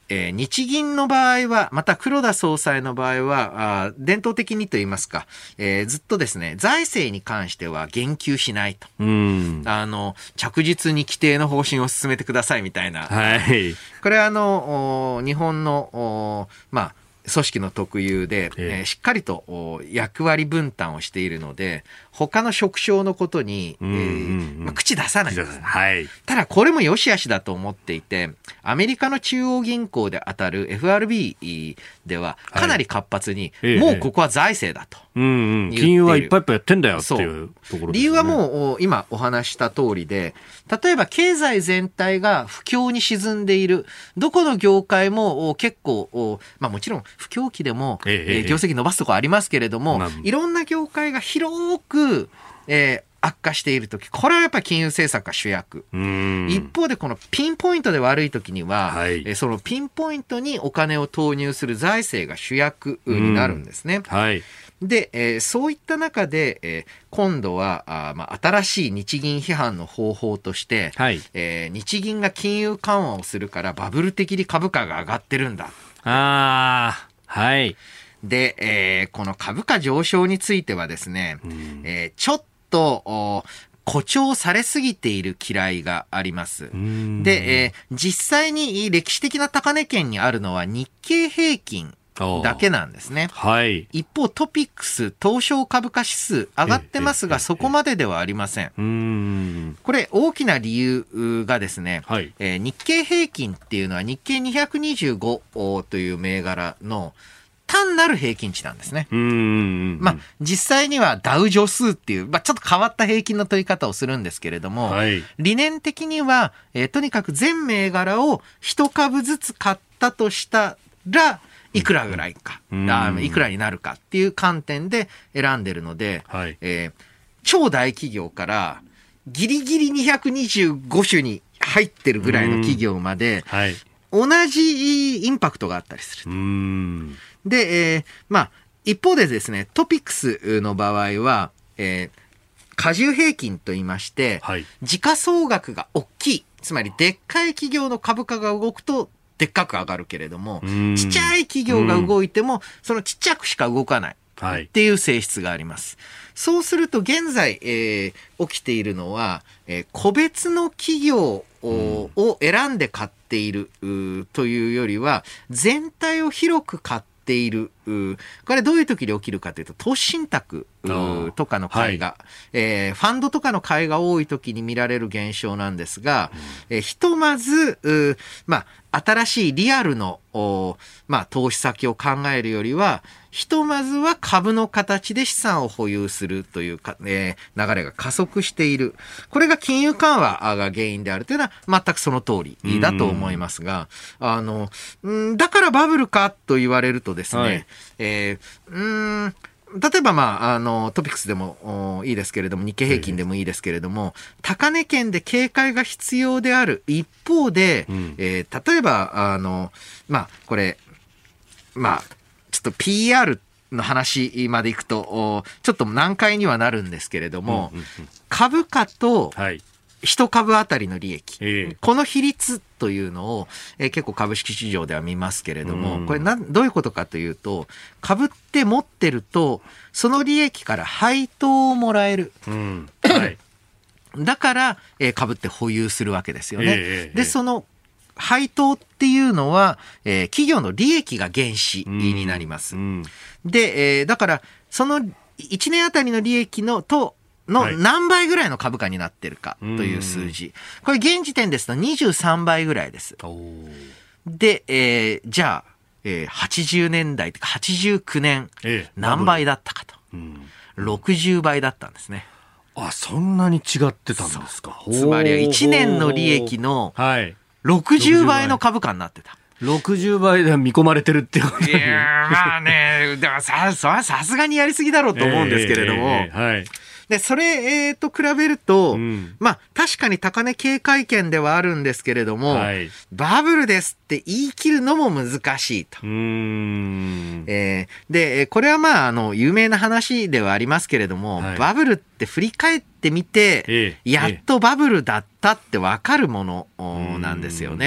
えー、日銀の場合は、また黒田総裁の場合は、あ伝統的にと言いますか、えー、ずっとですね、財政に関しては言及しないと。うん、あの、着実に規定の方針を進めてくださいみたいな。はい。これはあの、日本の、まあ、組織の特有で、えーえー、しっかりと役割分担をしているので、他の職種のことに、うんうんうんえーまあ、口出さないです、はい。ただこれも良し悪しだと思っていて、アメリカの中央銀行であたる エフアールビー ではかなり活発に、はい、もうここは財政だと、えーうんうん、 金融はいっぱいいっぱいやってんだよっていうところですね。 理由はもう今お話した通りで、例えば経済全体が不況に沈んでいる、どこの業界も結構、まあもちろん不況期でも、えー、業績伸ばすところありますけれども、まあ、いろんな業界が広く、えー、悪化しているとき、これはやっぱり金融政策が主役。一方でこのピンポイントで悪いときには、はい、えー、そのピンポイントにお金を投入する財政が主役になるんですね。はい、で、えー、そういった中で、えー、今度はあ、まあ、新しい日銀批判の方法として、はい、えー、日銀が金融緩和をするからバブル的に株価が上がってるんだ。 あー、はい。 で、えー、この株価上昇についてはですね、うん、えー、ちょっと誇張されすぎている嫌いがあります。で、えー、実際に歴史的な高値圏にあるのは日経平均だけなんですね。はい、一方トピックス東証株価指数上がってますが、そこまでではありません。うーん、これ大きな理由がですね、はい、えー、日経平均っていうのは日経にひゃくにじゅうごという銘柄の単なる平均値なんですね。うーん、まあ、実際にはダウ女数っていう、まあ、ちょっと変わった平均の取り方をするんですけれども、はい、理念的には、えー、とにかく全銘柄を一株ずつ買ったとしたらいくらぐらいか、うん、あいくらになるかっていう観点で選んでるので、はい、えー、超大企業からギリギリにひゃくにじゅうご種に入ってるぐらいの企業まで、はい、同じインパクトがあったりする。うーん、で、えー、まあ、一方でですね、トピックスの場合は、えー、荷重平均と言いまして、はい、時価総額が大きい。つまり、でっかい企業の株価が動くと、でっかく上がるけれども、ちっちゃい企業が動いても、そのちっちゃくしか動かない。っていう性質があります。はい、そうすると、現在、えー、起きているのは、えー、個別の企業を選んで買っているというよりは、全体を広く買ってている。これどういう時に起きるかというと、投資信託とかの買いが、はい、えー、ファンドとかの買いが多い時に見られる現象なんですが、うん、えー、ひとまず、まあ、新しいリアルの、まあ、投資先を考えるよりは、ひとまずは株の形で資産を保有するというか、えー、流れが加速している。これが金融緩和が原因であるというのは全くその通りだと思いますが、あの、んだからバブルかと言われるとですね、はい、えー、うーん例えば、まあ、あの、トピックスでもいいですけれども、日経平均でもいいですけれども、高値圏で警戒が必要である一方で、うん、えー、例えば、あの、まあ、これ、まあ、ちょっと ピーアール の話までいくと、ちょっと難解にはなるんですけれども、うんうんうん、株価と、はい一株あたりの利益、えー、この比率というのを、えー、結構株式市場では見ますけれども、うん、これなどういうことかというと、株って持ってるとその利益から配当をもらえる、うんはい、だから、えー、株って保有するわけですよね、えー、でその配当っていうのは、えー、企業の利益が原資になります、うんうん、で、えー、だからそのいちねんあたりの利益のとの何倍ぐらいの株価になってるかという数字。これ現時点ですとにじゅうさんばいぐらいです。で、えー、じゃあ、えー、はちじゅうねんだいとかはちじゅうきゅうねん、ええ、何倍だったかと、うん。ろくじゅうばいだったんですね。 あ、そんなに違ってたんですか。 つまりいちねんの利益のろくじゅうばいの株価になってた。 ろくじゅうばいで見込まれてるってこと。 いやまあね、だからさ、さすがにやりすぎだろうと思うんですけれども。えーえーはいで、それ、えー、と比べると、うん、まあ、確かに高値警戒圏ではあるんですけれども、はい、バブルですって言い切るのも難しいと。うーんえー、で、これはまあ、あの、有名な話ではありますけれども、はい、バブルって振り返ってみて、えー、やっとバブルだったってわかるものなんですよね。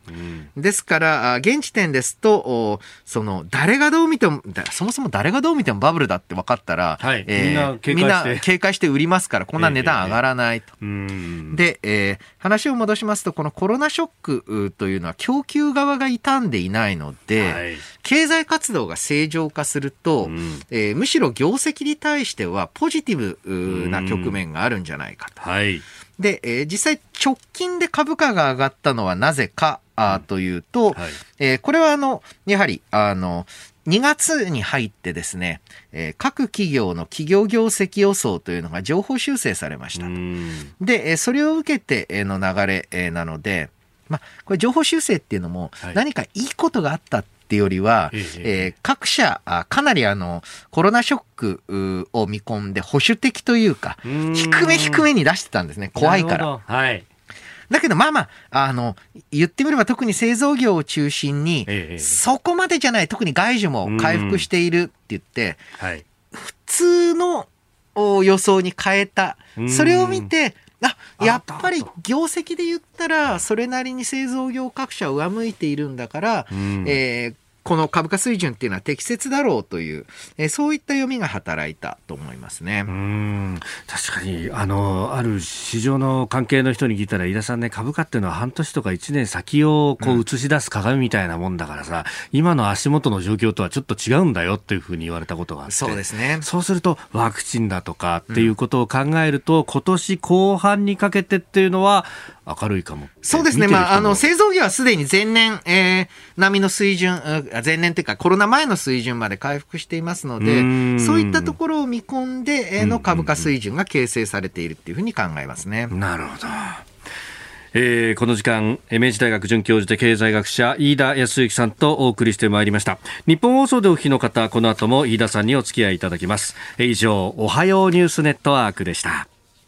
うん、ですから現時点ですとその誰がどう見てもそもそも誰がどう見てもバブルだって分かったら、はいえー、みんな警戒して売りますからこんな値段上がらないと、えーえー、で、えー、話を戻しますとこのコロナショックというのは供給側が傷んでいないので、はい、経済活動が正常化すると、うんえー、むしろ業績に対してはポジティブな局面があるんじゃないかと、はいで、えー、実際直近で株価が上がったのはなぜかあというと、はいえー、これはあのやはりあのにがつに入ってですね、えー、各企業の企業業績予想というのが上方修正されましたと。で、えー、それを受けての流れ、えー、なので、まあ、これ上方修正っていうのも何かいいことがあったっていうよりは、はいえー、各社かなりあのコロナショックを見込んで保守的というか低め低めに出してたんですね怖いから、はい、だけどまあまああの言ってみれば特に製造業を中心に、えー、そこまでじゃない特に外需も回復しているって言って、はい、普通の予想に変えたそれを見てあやっぱり業績で言ったらそれなりに製造業各社上向いているんだから、うんえー、この株価水準っていうのは適切だろうという、えー、そういった読みが働いたと思いますね。 うーん確かにあのある市場の関係の人に聞いたら飯田さんね株価っていうのは半年とかいちねん先をこう映し出す鏡みたいなもんだからさ、うん、今の足元の状況とはちょっと違うんだよっていうふうに言われたことがあってそうですねそうするとワクチンだとかっていうことを考えると、うん、今年後半にかけてっていうのは明るいかもそうですね、まあ、あの製造業はすでに前年、えー、並みの水準前年というかコロナ前の水準まで回復していますのでそういったところを見込んでの株価水準が形成されているというふうに考えますね。 なるほど。えー、この時間明治大学准教授で経済学者飯田康之さんとお送りしてまいりました。日本放送でお聞きの方この後も飯田さんにお付き合いいただきます。以上おはようニュースネットワークでした。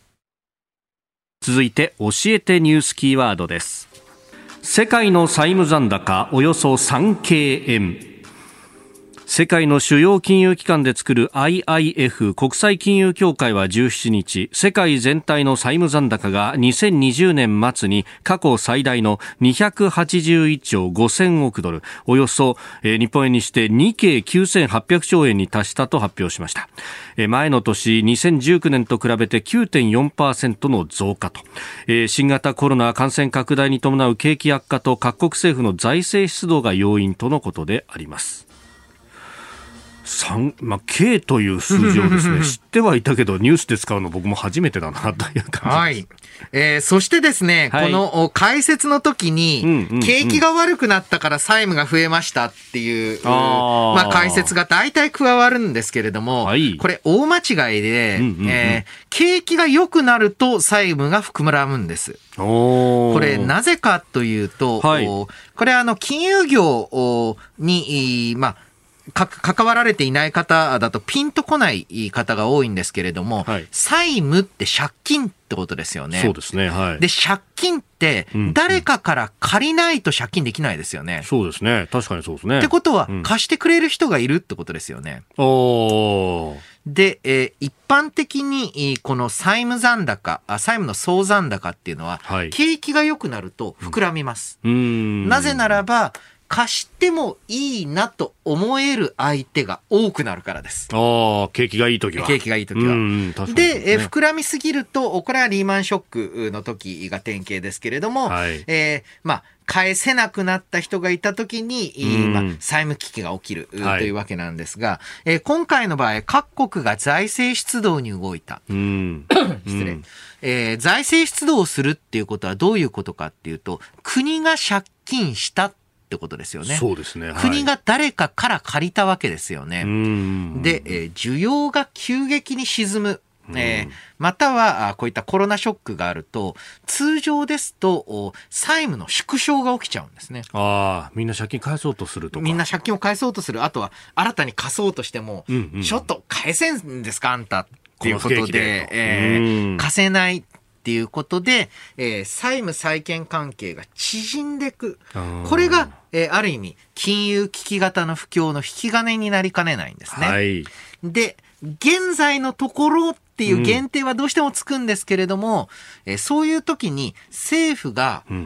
続いて教えてニュースキーワードです。世界の債務残高およそさんけいえん。世界の主要金融機関で作る アイアイエフ 国際金融協会はじゅうしちにち世界全体の債務残高がにせんにじゅうねん末に過去最大のにひゃくはちじゅういっちょうごせんおくドルおよそ、えー、日本円にしてにけいきゅうせんはっぴゃくちょうえんに達したと発表しました。えー、前の年にせんじゅうきゅうねんと比べて きゅうてんよんパーセント の増加と、えー、新型コロナ感染拡大に伴う景気悪化と各国政府の財政出動が要因とのことであります。さんまあ、K という数字をですね知ってはいたけどニュースで使うの僕も初めてだなという感じです、 はいえー、そしてですね、はい、この解説の時に、うんうんうん、景気が悪くなったから債務が増えましたっていう、あ、まあ、解説が大体加わるんですけれども、はい、これ大間違いで、うんうんうんえー、景気が良くなると債務が膨らむんです。これなぜかというと、はい、これあの金融業にまあか関わられていない方だとピンとこない方が多いんですけれども、はい、債務って借金ってことですよね。 そうですね、はい、 で借金って誰かから借りないと借金できないですよね、 うんうん、そうですね確かにそうですね。 ってことは、うん、貸してくれる人がいるってことですよね。おで、えー、一般的にこの債務残高あ債務の総残高っていうのは、はい、景気が良くなると膨らみます、うん、うんなぜならば貸してもいいなと思える相手が多くなるからです。 ああ、景気がいいときは。 景気がいいときは。うん確かにで、ね、え膨らみすぎると、これはリーマンショックの時が典型ですけれども、はい、えー、まあ、返せなくなった人がいたときに、まあ、債務危機が起きるというわけなんですが、はい、えー、今回の場合、各国が財政出動に動いた。うん失礼、うんえー。財政出動をするっていうことはどういうことかっていうと、国が借金したってことですよね。 そうですね、はい、 国が誰かから借りたわけですよね。で、えー、需要が急激に沈む。えー、またはこういったコロナショックがあると通常ですと債務の縮小が起きちゃうんですね。 ああ、みんな借金返そうとするとかみんな借金を返そうとする。あとは新たに貸そうとしても、うんうん、ちょっと返せんですかあんたっていうことで、えー、貸せないっていうことで、えー、債務債権関係が縮んでいく。これが、えー、ある意味金融危機型の不況の引き金になりかねないんですね。はい、で現在のところっていう限定はどうしてもつくんですけれども、うん、えー、そういう時に政府が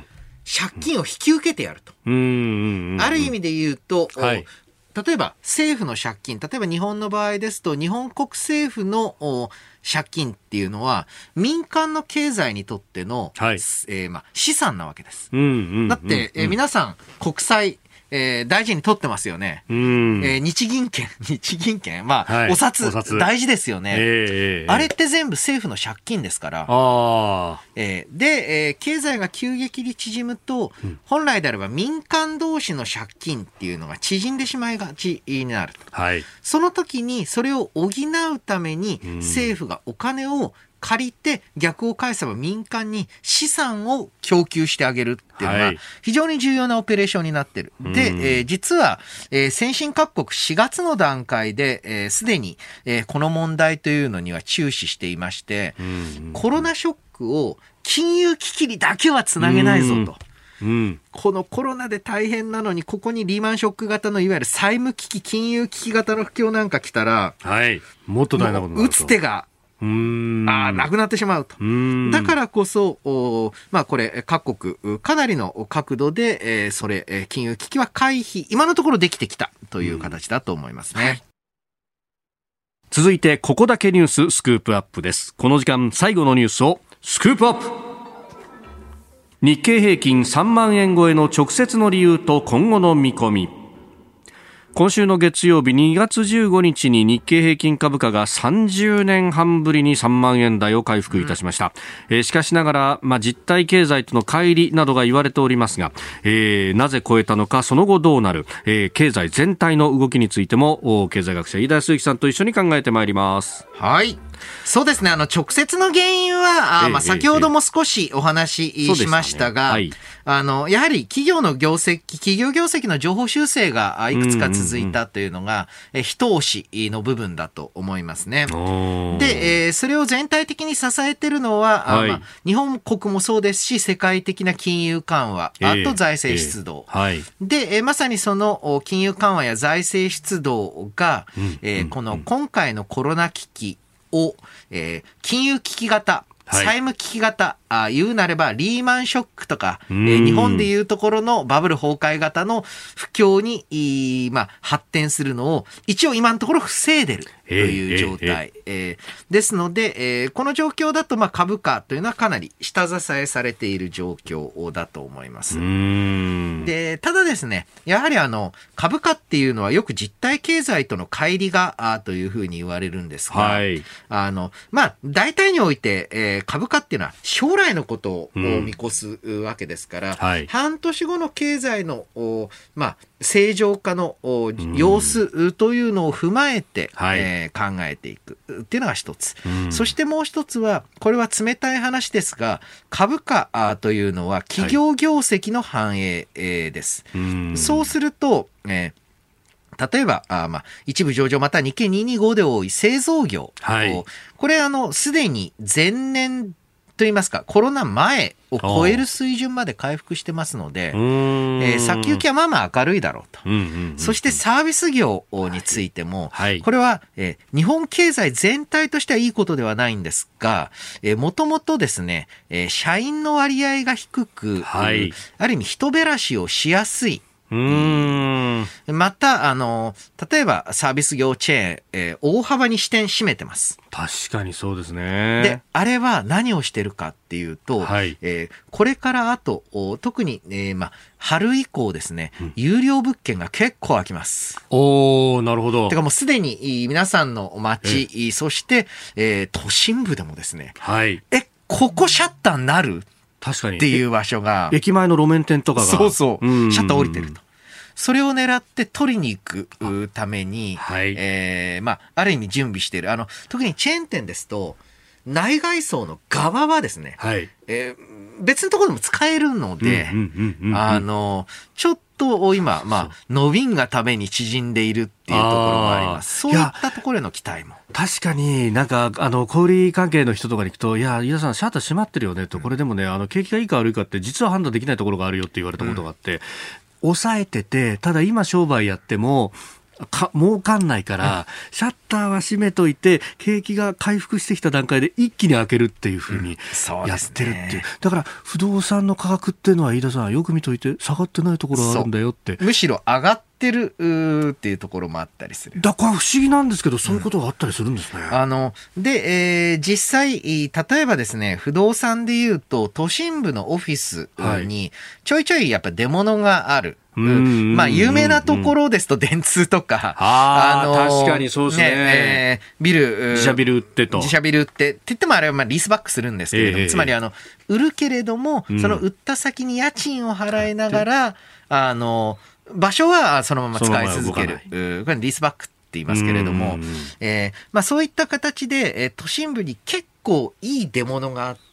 借金を引き受けてやると。 うんうんうん、 ある意味で言うと、 はい、 例えば政府の借金、例えば日本の場合ですと、日本国政府の借金っていうのは民間の経済にとっての、はい、えーまあ、資産なわけです。 うんうんうんうん、 だって、えー、皆さん国債えー、大事に取ってますよね。うん、えー、日銀券、日銀券、まあ、はい、お札、お札大事ですよね、えー。あれって全部政府の借金ですから。あえー、で、えー、経済が急激に縮むと、うん、本来であれば民間同士の借金っていうのが縮んでしまいがちになると。はい、その時にそれを補うために政府がお金を借りて逆を返せば民間に資産を供給してあげるっていうのが非常に重要なオペレーションになってる。はい、で、えー、実は、えー、先進各国しがつの段階で、す、えー、で、に、えー、この問題というのには注視していまして、コロナショックを金融危機にだけはつなげないぞと。うん、このコロナで大変なのに、ここにリーマンショック型のいわゆる債務危機、金融危機型の不況なんか来たら、はい、もっと大変なことになると。打つ手がうーんあなくなってしまうと。うだからこそ、まあ、これ各国かなりの角度で、えー、それ、えー、金融危機は回避、今のところできてきたという形だと思いますね。はい、 続いてここだけニューススクープアップです。この時間最後のニュースをスクープアップ。日経平均さんまんえん超えの直接の理由と今後の見込み。今週の月曜日にがつじゅうごにちに日経平均株価がさんじゅうねんはんぶりにさんまんえん台を回復いたしました。うん、えー、しかしながら、まあ、実体経済との乖離などが言われておりますが、えー、なぜ超えたのか、その後どうなる、えー、経済全体の動きについても経済学者飯田康之さんと一緒に考えてまいります。 はい、そうですね。あの直接の原因は、あ、まあ、先ほども少しお話ししましたが、えーえーはい、あのやはり企業の業績、企業業績の情報修正がいくつか続いたというのが、うんうんうん、一押しの部分だと思いますね。で、えー、それを全体的に支えているのは、はい、まあ、日本国もそうですし、世界的な金融緩和、えー、あと財政出動、えーはい、で、えー、まさにその金融緩和や財政出動が、うんうんうん、えー、この今回のコロナ危機を、えー、金融危機型、債務危機型、あ言うなればリーマンショックとか、えー、日本でいうところのバブル崩壊型の不況に、まあ、発展するのを一応今のところ防いでるという状態、えーえーえー、ですので、えー、この状況だと、まあ、株価というのはかなり下支えされている状況だと思います。で、ただですね、やはりあの株価っていうのはよく実体経済との乖離があというふうに言われるんですが、はい、あのまあ、大体において、えー、株価っていうのは将来のことを見越すわけですから、うん、はい、半年後の経済の、まあ、正常化の様子というのを踏まえて、うん、えー、考えていくっていうのが一つ、うん、そしてもう一つは、これは冷たい話ですが、株価というのは企業業績の反映です、はい、うん、そうすると、えー例えば、あまあ、一部上場また日経にひゃくにじゅうごで多い製造業。はい、これ、あの、すでに前年といいますか、コロナ前を超える水準まで回復してますので、えー、先行きはまあまあ明るいだろうと。うんうんうんうん、そしてサービス業についても、はい、これは、えー、日本経済全体としてはいいことではないんですが、えー、もともとですね、えー、社員の割合が低く、はい、ある意味人減らしをしやすい。うーんまた、あの、例えばサービス業チェーン、えー、大幅に支店占めてます。 確かにそうですね。 で、あれは何をしてるかっていうと、はい、えー、これからあと、特に、えーま、春以降ですね、うん、有料物件が結構空きます。 おー、なるほど。 てかもうすでに皆さんの街、そして、えー、都心部でもですね、はい、え、ここシャッターになる？確かにっていう場所が駅前の路面店とかがそうそう、うん、シャッター降りてると。それを狙って取りに行くために、はい、えー、まあ、ある意味準備している。あの、特にチェーン店ですと、内外装の側はですね、はい、えー、別のところでも使えるので、あの、ちょっと今、まあ、伸びんがために縮んでいるっていうところもあります。そういったところへの期待も。 確かになんか、あの、小売関係の人とかに行くと、いや、飯田さん、シャッター閉まってるよねと、これでもね、あの、景気がいいか悪いかって、実は判断できないところがあるよって言われたことがあって、うん、抑えてて、ただ今商売やっても、 か儲かんないから、うん、シャッターは閉めといて景気が回復してきた段階で一気に開けるっていう風にやってるっていう、うん、ね、だから不動産の価格っていうのは飯田さんよく見といて下がってないところがあるんだよって、 むしろ上がってるっていうところもあったりする。 だから不思議なんですけど、そういうことがあったりするんですね。 うん、あので、えー、実際例えばですね、不動産でいうと都心部のオフィスにちょいちょいやっぱ出物がある。うん、まあ有名なところですと電通とか、 ああのー、確かにそうですね、 ね、えー、ビル自社ビル売ってと自社ビル売ってって言ってもあれはまあリースバックするんですけれども、えー、つまりあの売るけれども、うん、その売った先に家賃を払いながら、あの場所はそのまま使い続ける、これリースバックって言いますけれども、えーまあ、そういった形で、えー、都心部に結構いい出物があって、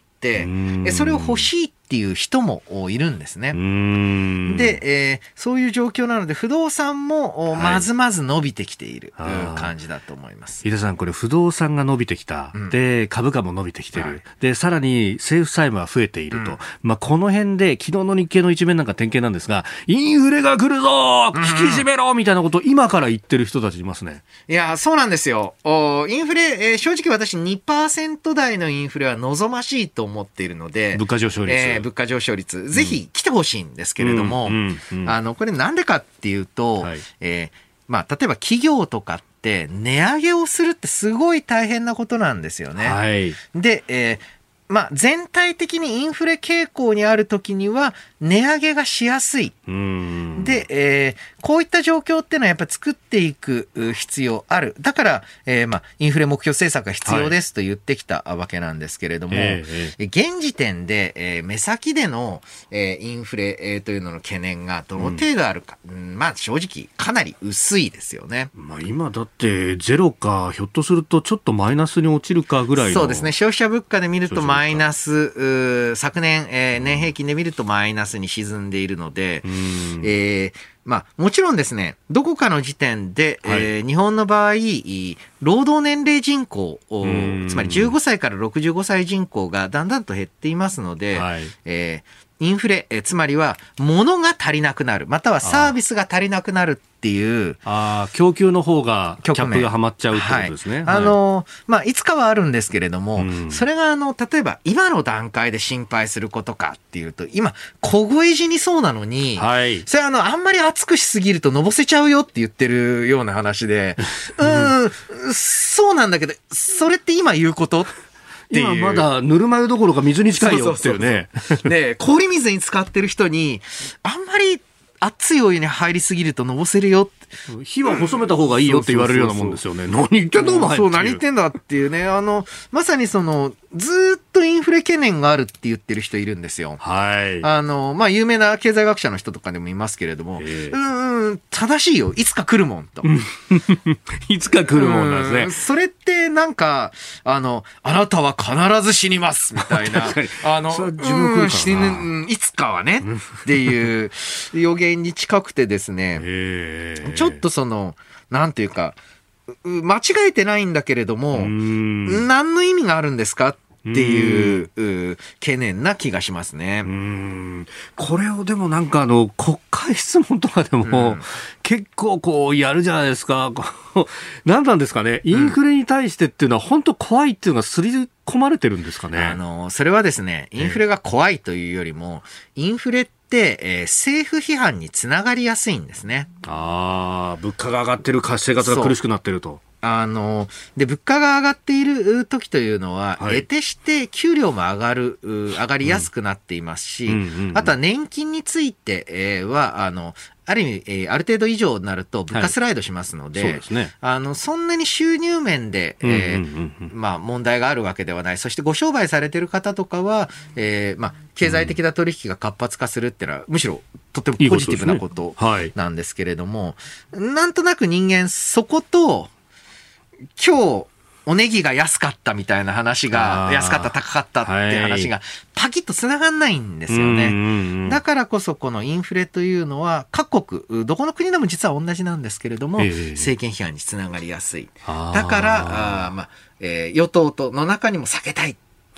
それを欲しいっていう人もいるんですね。で、えー、そういう状況なので不動産もまずまず伸びてきている感じだと思います。 飯田さん、これ不動産が伸びてきた、うん、で株価も伸びてきてる、はい、でさらに政府債務は増えていると、うん、まあ、この辺で昨日の日経の一面なんか典型なんですが、インフレが来るぞ引き締めろみたいなことを今から言ってる人たちいますね。 いやそうなんですよ。インフレ、えー、正直私 にパーセント 台のインフレは望ましいと思っているので、 物価上昇率、 えー、物価上昇率ぜひ来てほしいんですけれども、うんうんうん、あのこれなんでかっていうと、はい、えーまあ、例えば企業とかって値上げをするってすごい大変なことなんですよね。 はい、 で、えーまあ、全体的にインフレ傾向にあるときには値上げがしやすい。 うんで、えー、こういった状況っていうのはやっぱり作っていく必要ある。だから、えーまあ、インフレ目標政策が必要ですと言ってきたわけなんですけれども、はいえー、現時点で、えー、目先での、えー、インフレ、えー、というのの懸念がどの程度あるか、うん、まあ正直かなり薄いですよね。 まあ、今だってゼロかひょっとするとちょっとマイナスに落ちるかぐらいの。 そうですね。消費者物価で見るとマイナス、昨年、えー、年平均で見るとマイナスに沈んでいるので、えーまあ、もちろんですね、どこかの時点で、はいえー、日本の場合、労働年齢人口、つまりじゅうごさいからろくじゅうごさい人口がだんだんと減っていますので、はいえー、インフレ、えー、つまりは物が足りなくなる、またはサービスが足りなくなるっていう、 ああ、供給の方がキャップがはまっちゃうってことですね。はい、 あのまあ、いつかはあるんですけれども、うん、それがあの例えば今の段階で心配することかっていうと、今凍え死にそうなのに、はい、それあのあんまり熱くしすぎるとのぼせちゃうよって言ってるような話で、うん、そうなんだけど、それって今言うことっていう、 今まだぬるま湯どころか水に近いよっていうね。 そうそうそうで、氷水に使ってる人にあんまり熱いお湯に入りすぎるとのぼせるよ。 火は細めた方がいいよって言われるようなもんですよね。何言ってんだお前。 そう、何言ってんだっていうね。あの、まさにその、ずっとインフレ懸念があるって言ってる人いるんですよ。 はい。 あの、まあ、有名な経済学者の人とかでもいますけれども、うんうん、正しいよ。いつか来るもんと。 いつか来るもんなんですね。 それってなんか、あの、あなたは必ず死にますみたいな。あの、 自分来るかな、 死ぬ、いつかはねっていう予言に近くてですね。ちょっとその、なんていうか、間違えてないんだけれども、何の意味があるんですかっていう懸念な気がしますね。 うーん、これをでもなんかあの国会質問とかでも結構こうやるじゃないですか。何なんですかね。インフレに対してっていうのは本当怖いっていうのがすり込まれてるんですかね。 あのそれはですね、インフレが怖いというよりも、インフレで、えー、政府批判につながりやすいんですね。 ああ、物価が上がってる、生活が苦しくなってると。 あので物価が上がっている時というのは、はい、得てして給料も上がる上がりやすくなっていますし、うんうんうんうん、あとは年金について、えー、はあのある意味、えー、ある程度以上になると物価スライドしますので、はい、そうですね、あのそんなに収入面で、えーうんうんうんうん、まあ、問題があるわけではない。そしてご商売されている方とかは、えーまあ、経済的な取引が活発化するっていうのは、むしろとてもポジティブなことなんですけれども、いいね、はい、なんとなく人間そこと今日おネギが安かったみたいな話が、安かった高かったって話がパキッと繋がんないんですよね、はいうんうんうん、だからこそこのインフレというのは各国どこの国でも実は同じなんですけれども、えー、政権批判につながりやすい。だからあ、まあえー、与党との中にも避けたい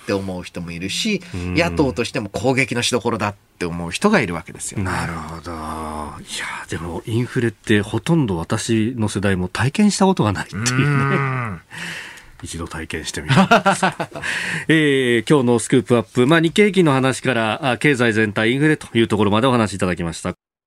って思う人もいるし、野党としても攻撃のしどころだって思う人がいるわけですよ、ね、 なるほど。いやでもインフレってほとんど私の世代も体験したことがないっていうね。う一度体験してみたえー、今日のスクープアップ、まあ、日経平均の話から経済全体インフレというところまでお話しいただきました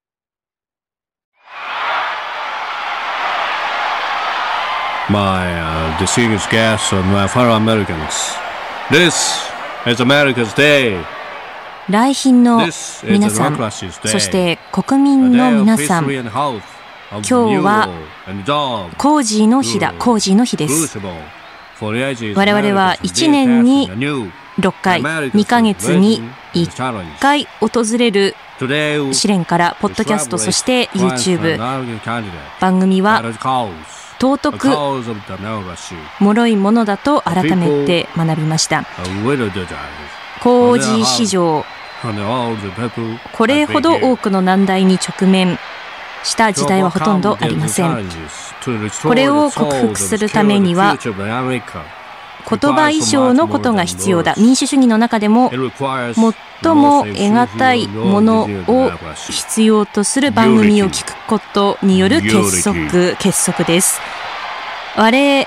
。My uh, distinguished guests and my fellow Americans, This is America's Day. 来賓の皆さん、そして国民の皆さん、今日はコージーの日だ、コージーの日です。我々はいちねんにろっかい、にかげつにいっかい訪れる試練からポッドキャスト、そして YouTube 番組は尊く脆いものだと改めて学びました。コージー史上これほど多くの難題に直面した時代はほとんどありません。これを克服するためには言葉以上のことが必要だ。民主主義の中でも最も得難いものを必要とする番組を聞くことによる結束、結束です。我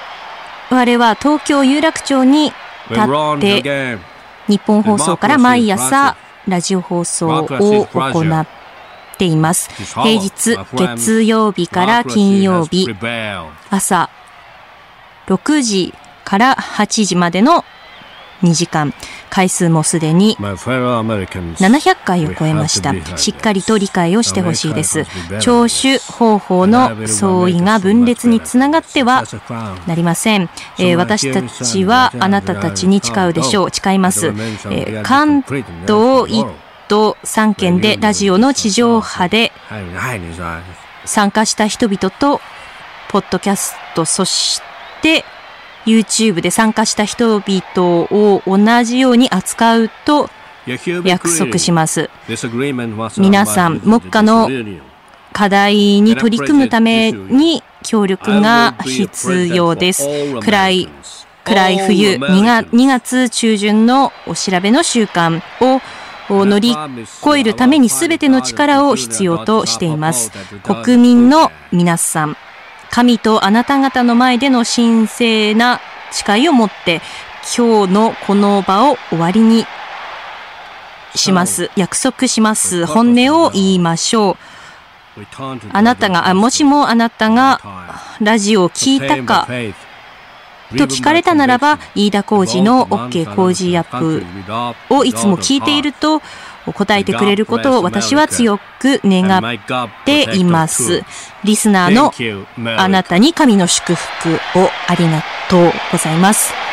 々は東京有楽町に立って日本放送から毎朝ラジオ放送を行っています。平日月曜日から金曜日朝ろくじからはちじまでのにじかん、回数もすでにななひゃっかいを超えました。しっかりと理解をしてほしいです。聴取方法の相違が分裂につながってはなりません。えー、私たちはあなたたちに誓うでしょう。誓います。えー、関東いっ都さんけんでラジオの地上波で参加した人々とポッドキャスト、そしてYouTube で参加した人々を同じように扱うと約束します。皆さん、目下の課題に取り組むために協力が必要です。暗い、暗い冬、にがつ中旬のお調べの週間を乗り越えるために全ての力を必要としています。国民の皆さん、神とあなた方の前での神聖な誓いを持って今日のこの場を終わりにします。約束します。本音を言いましょう。あなたが、あもしもあなたがラジオを聞いたかと聞かれたならば、飯田浩司の OK 工事アップをいつも聞いていると答えてくれることを私は強く願っています。リスナーのあなたに神の祝福をありがとうございます。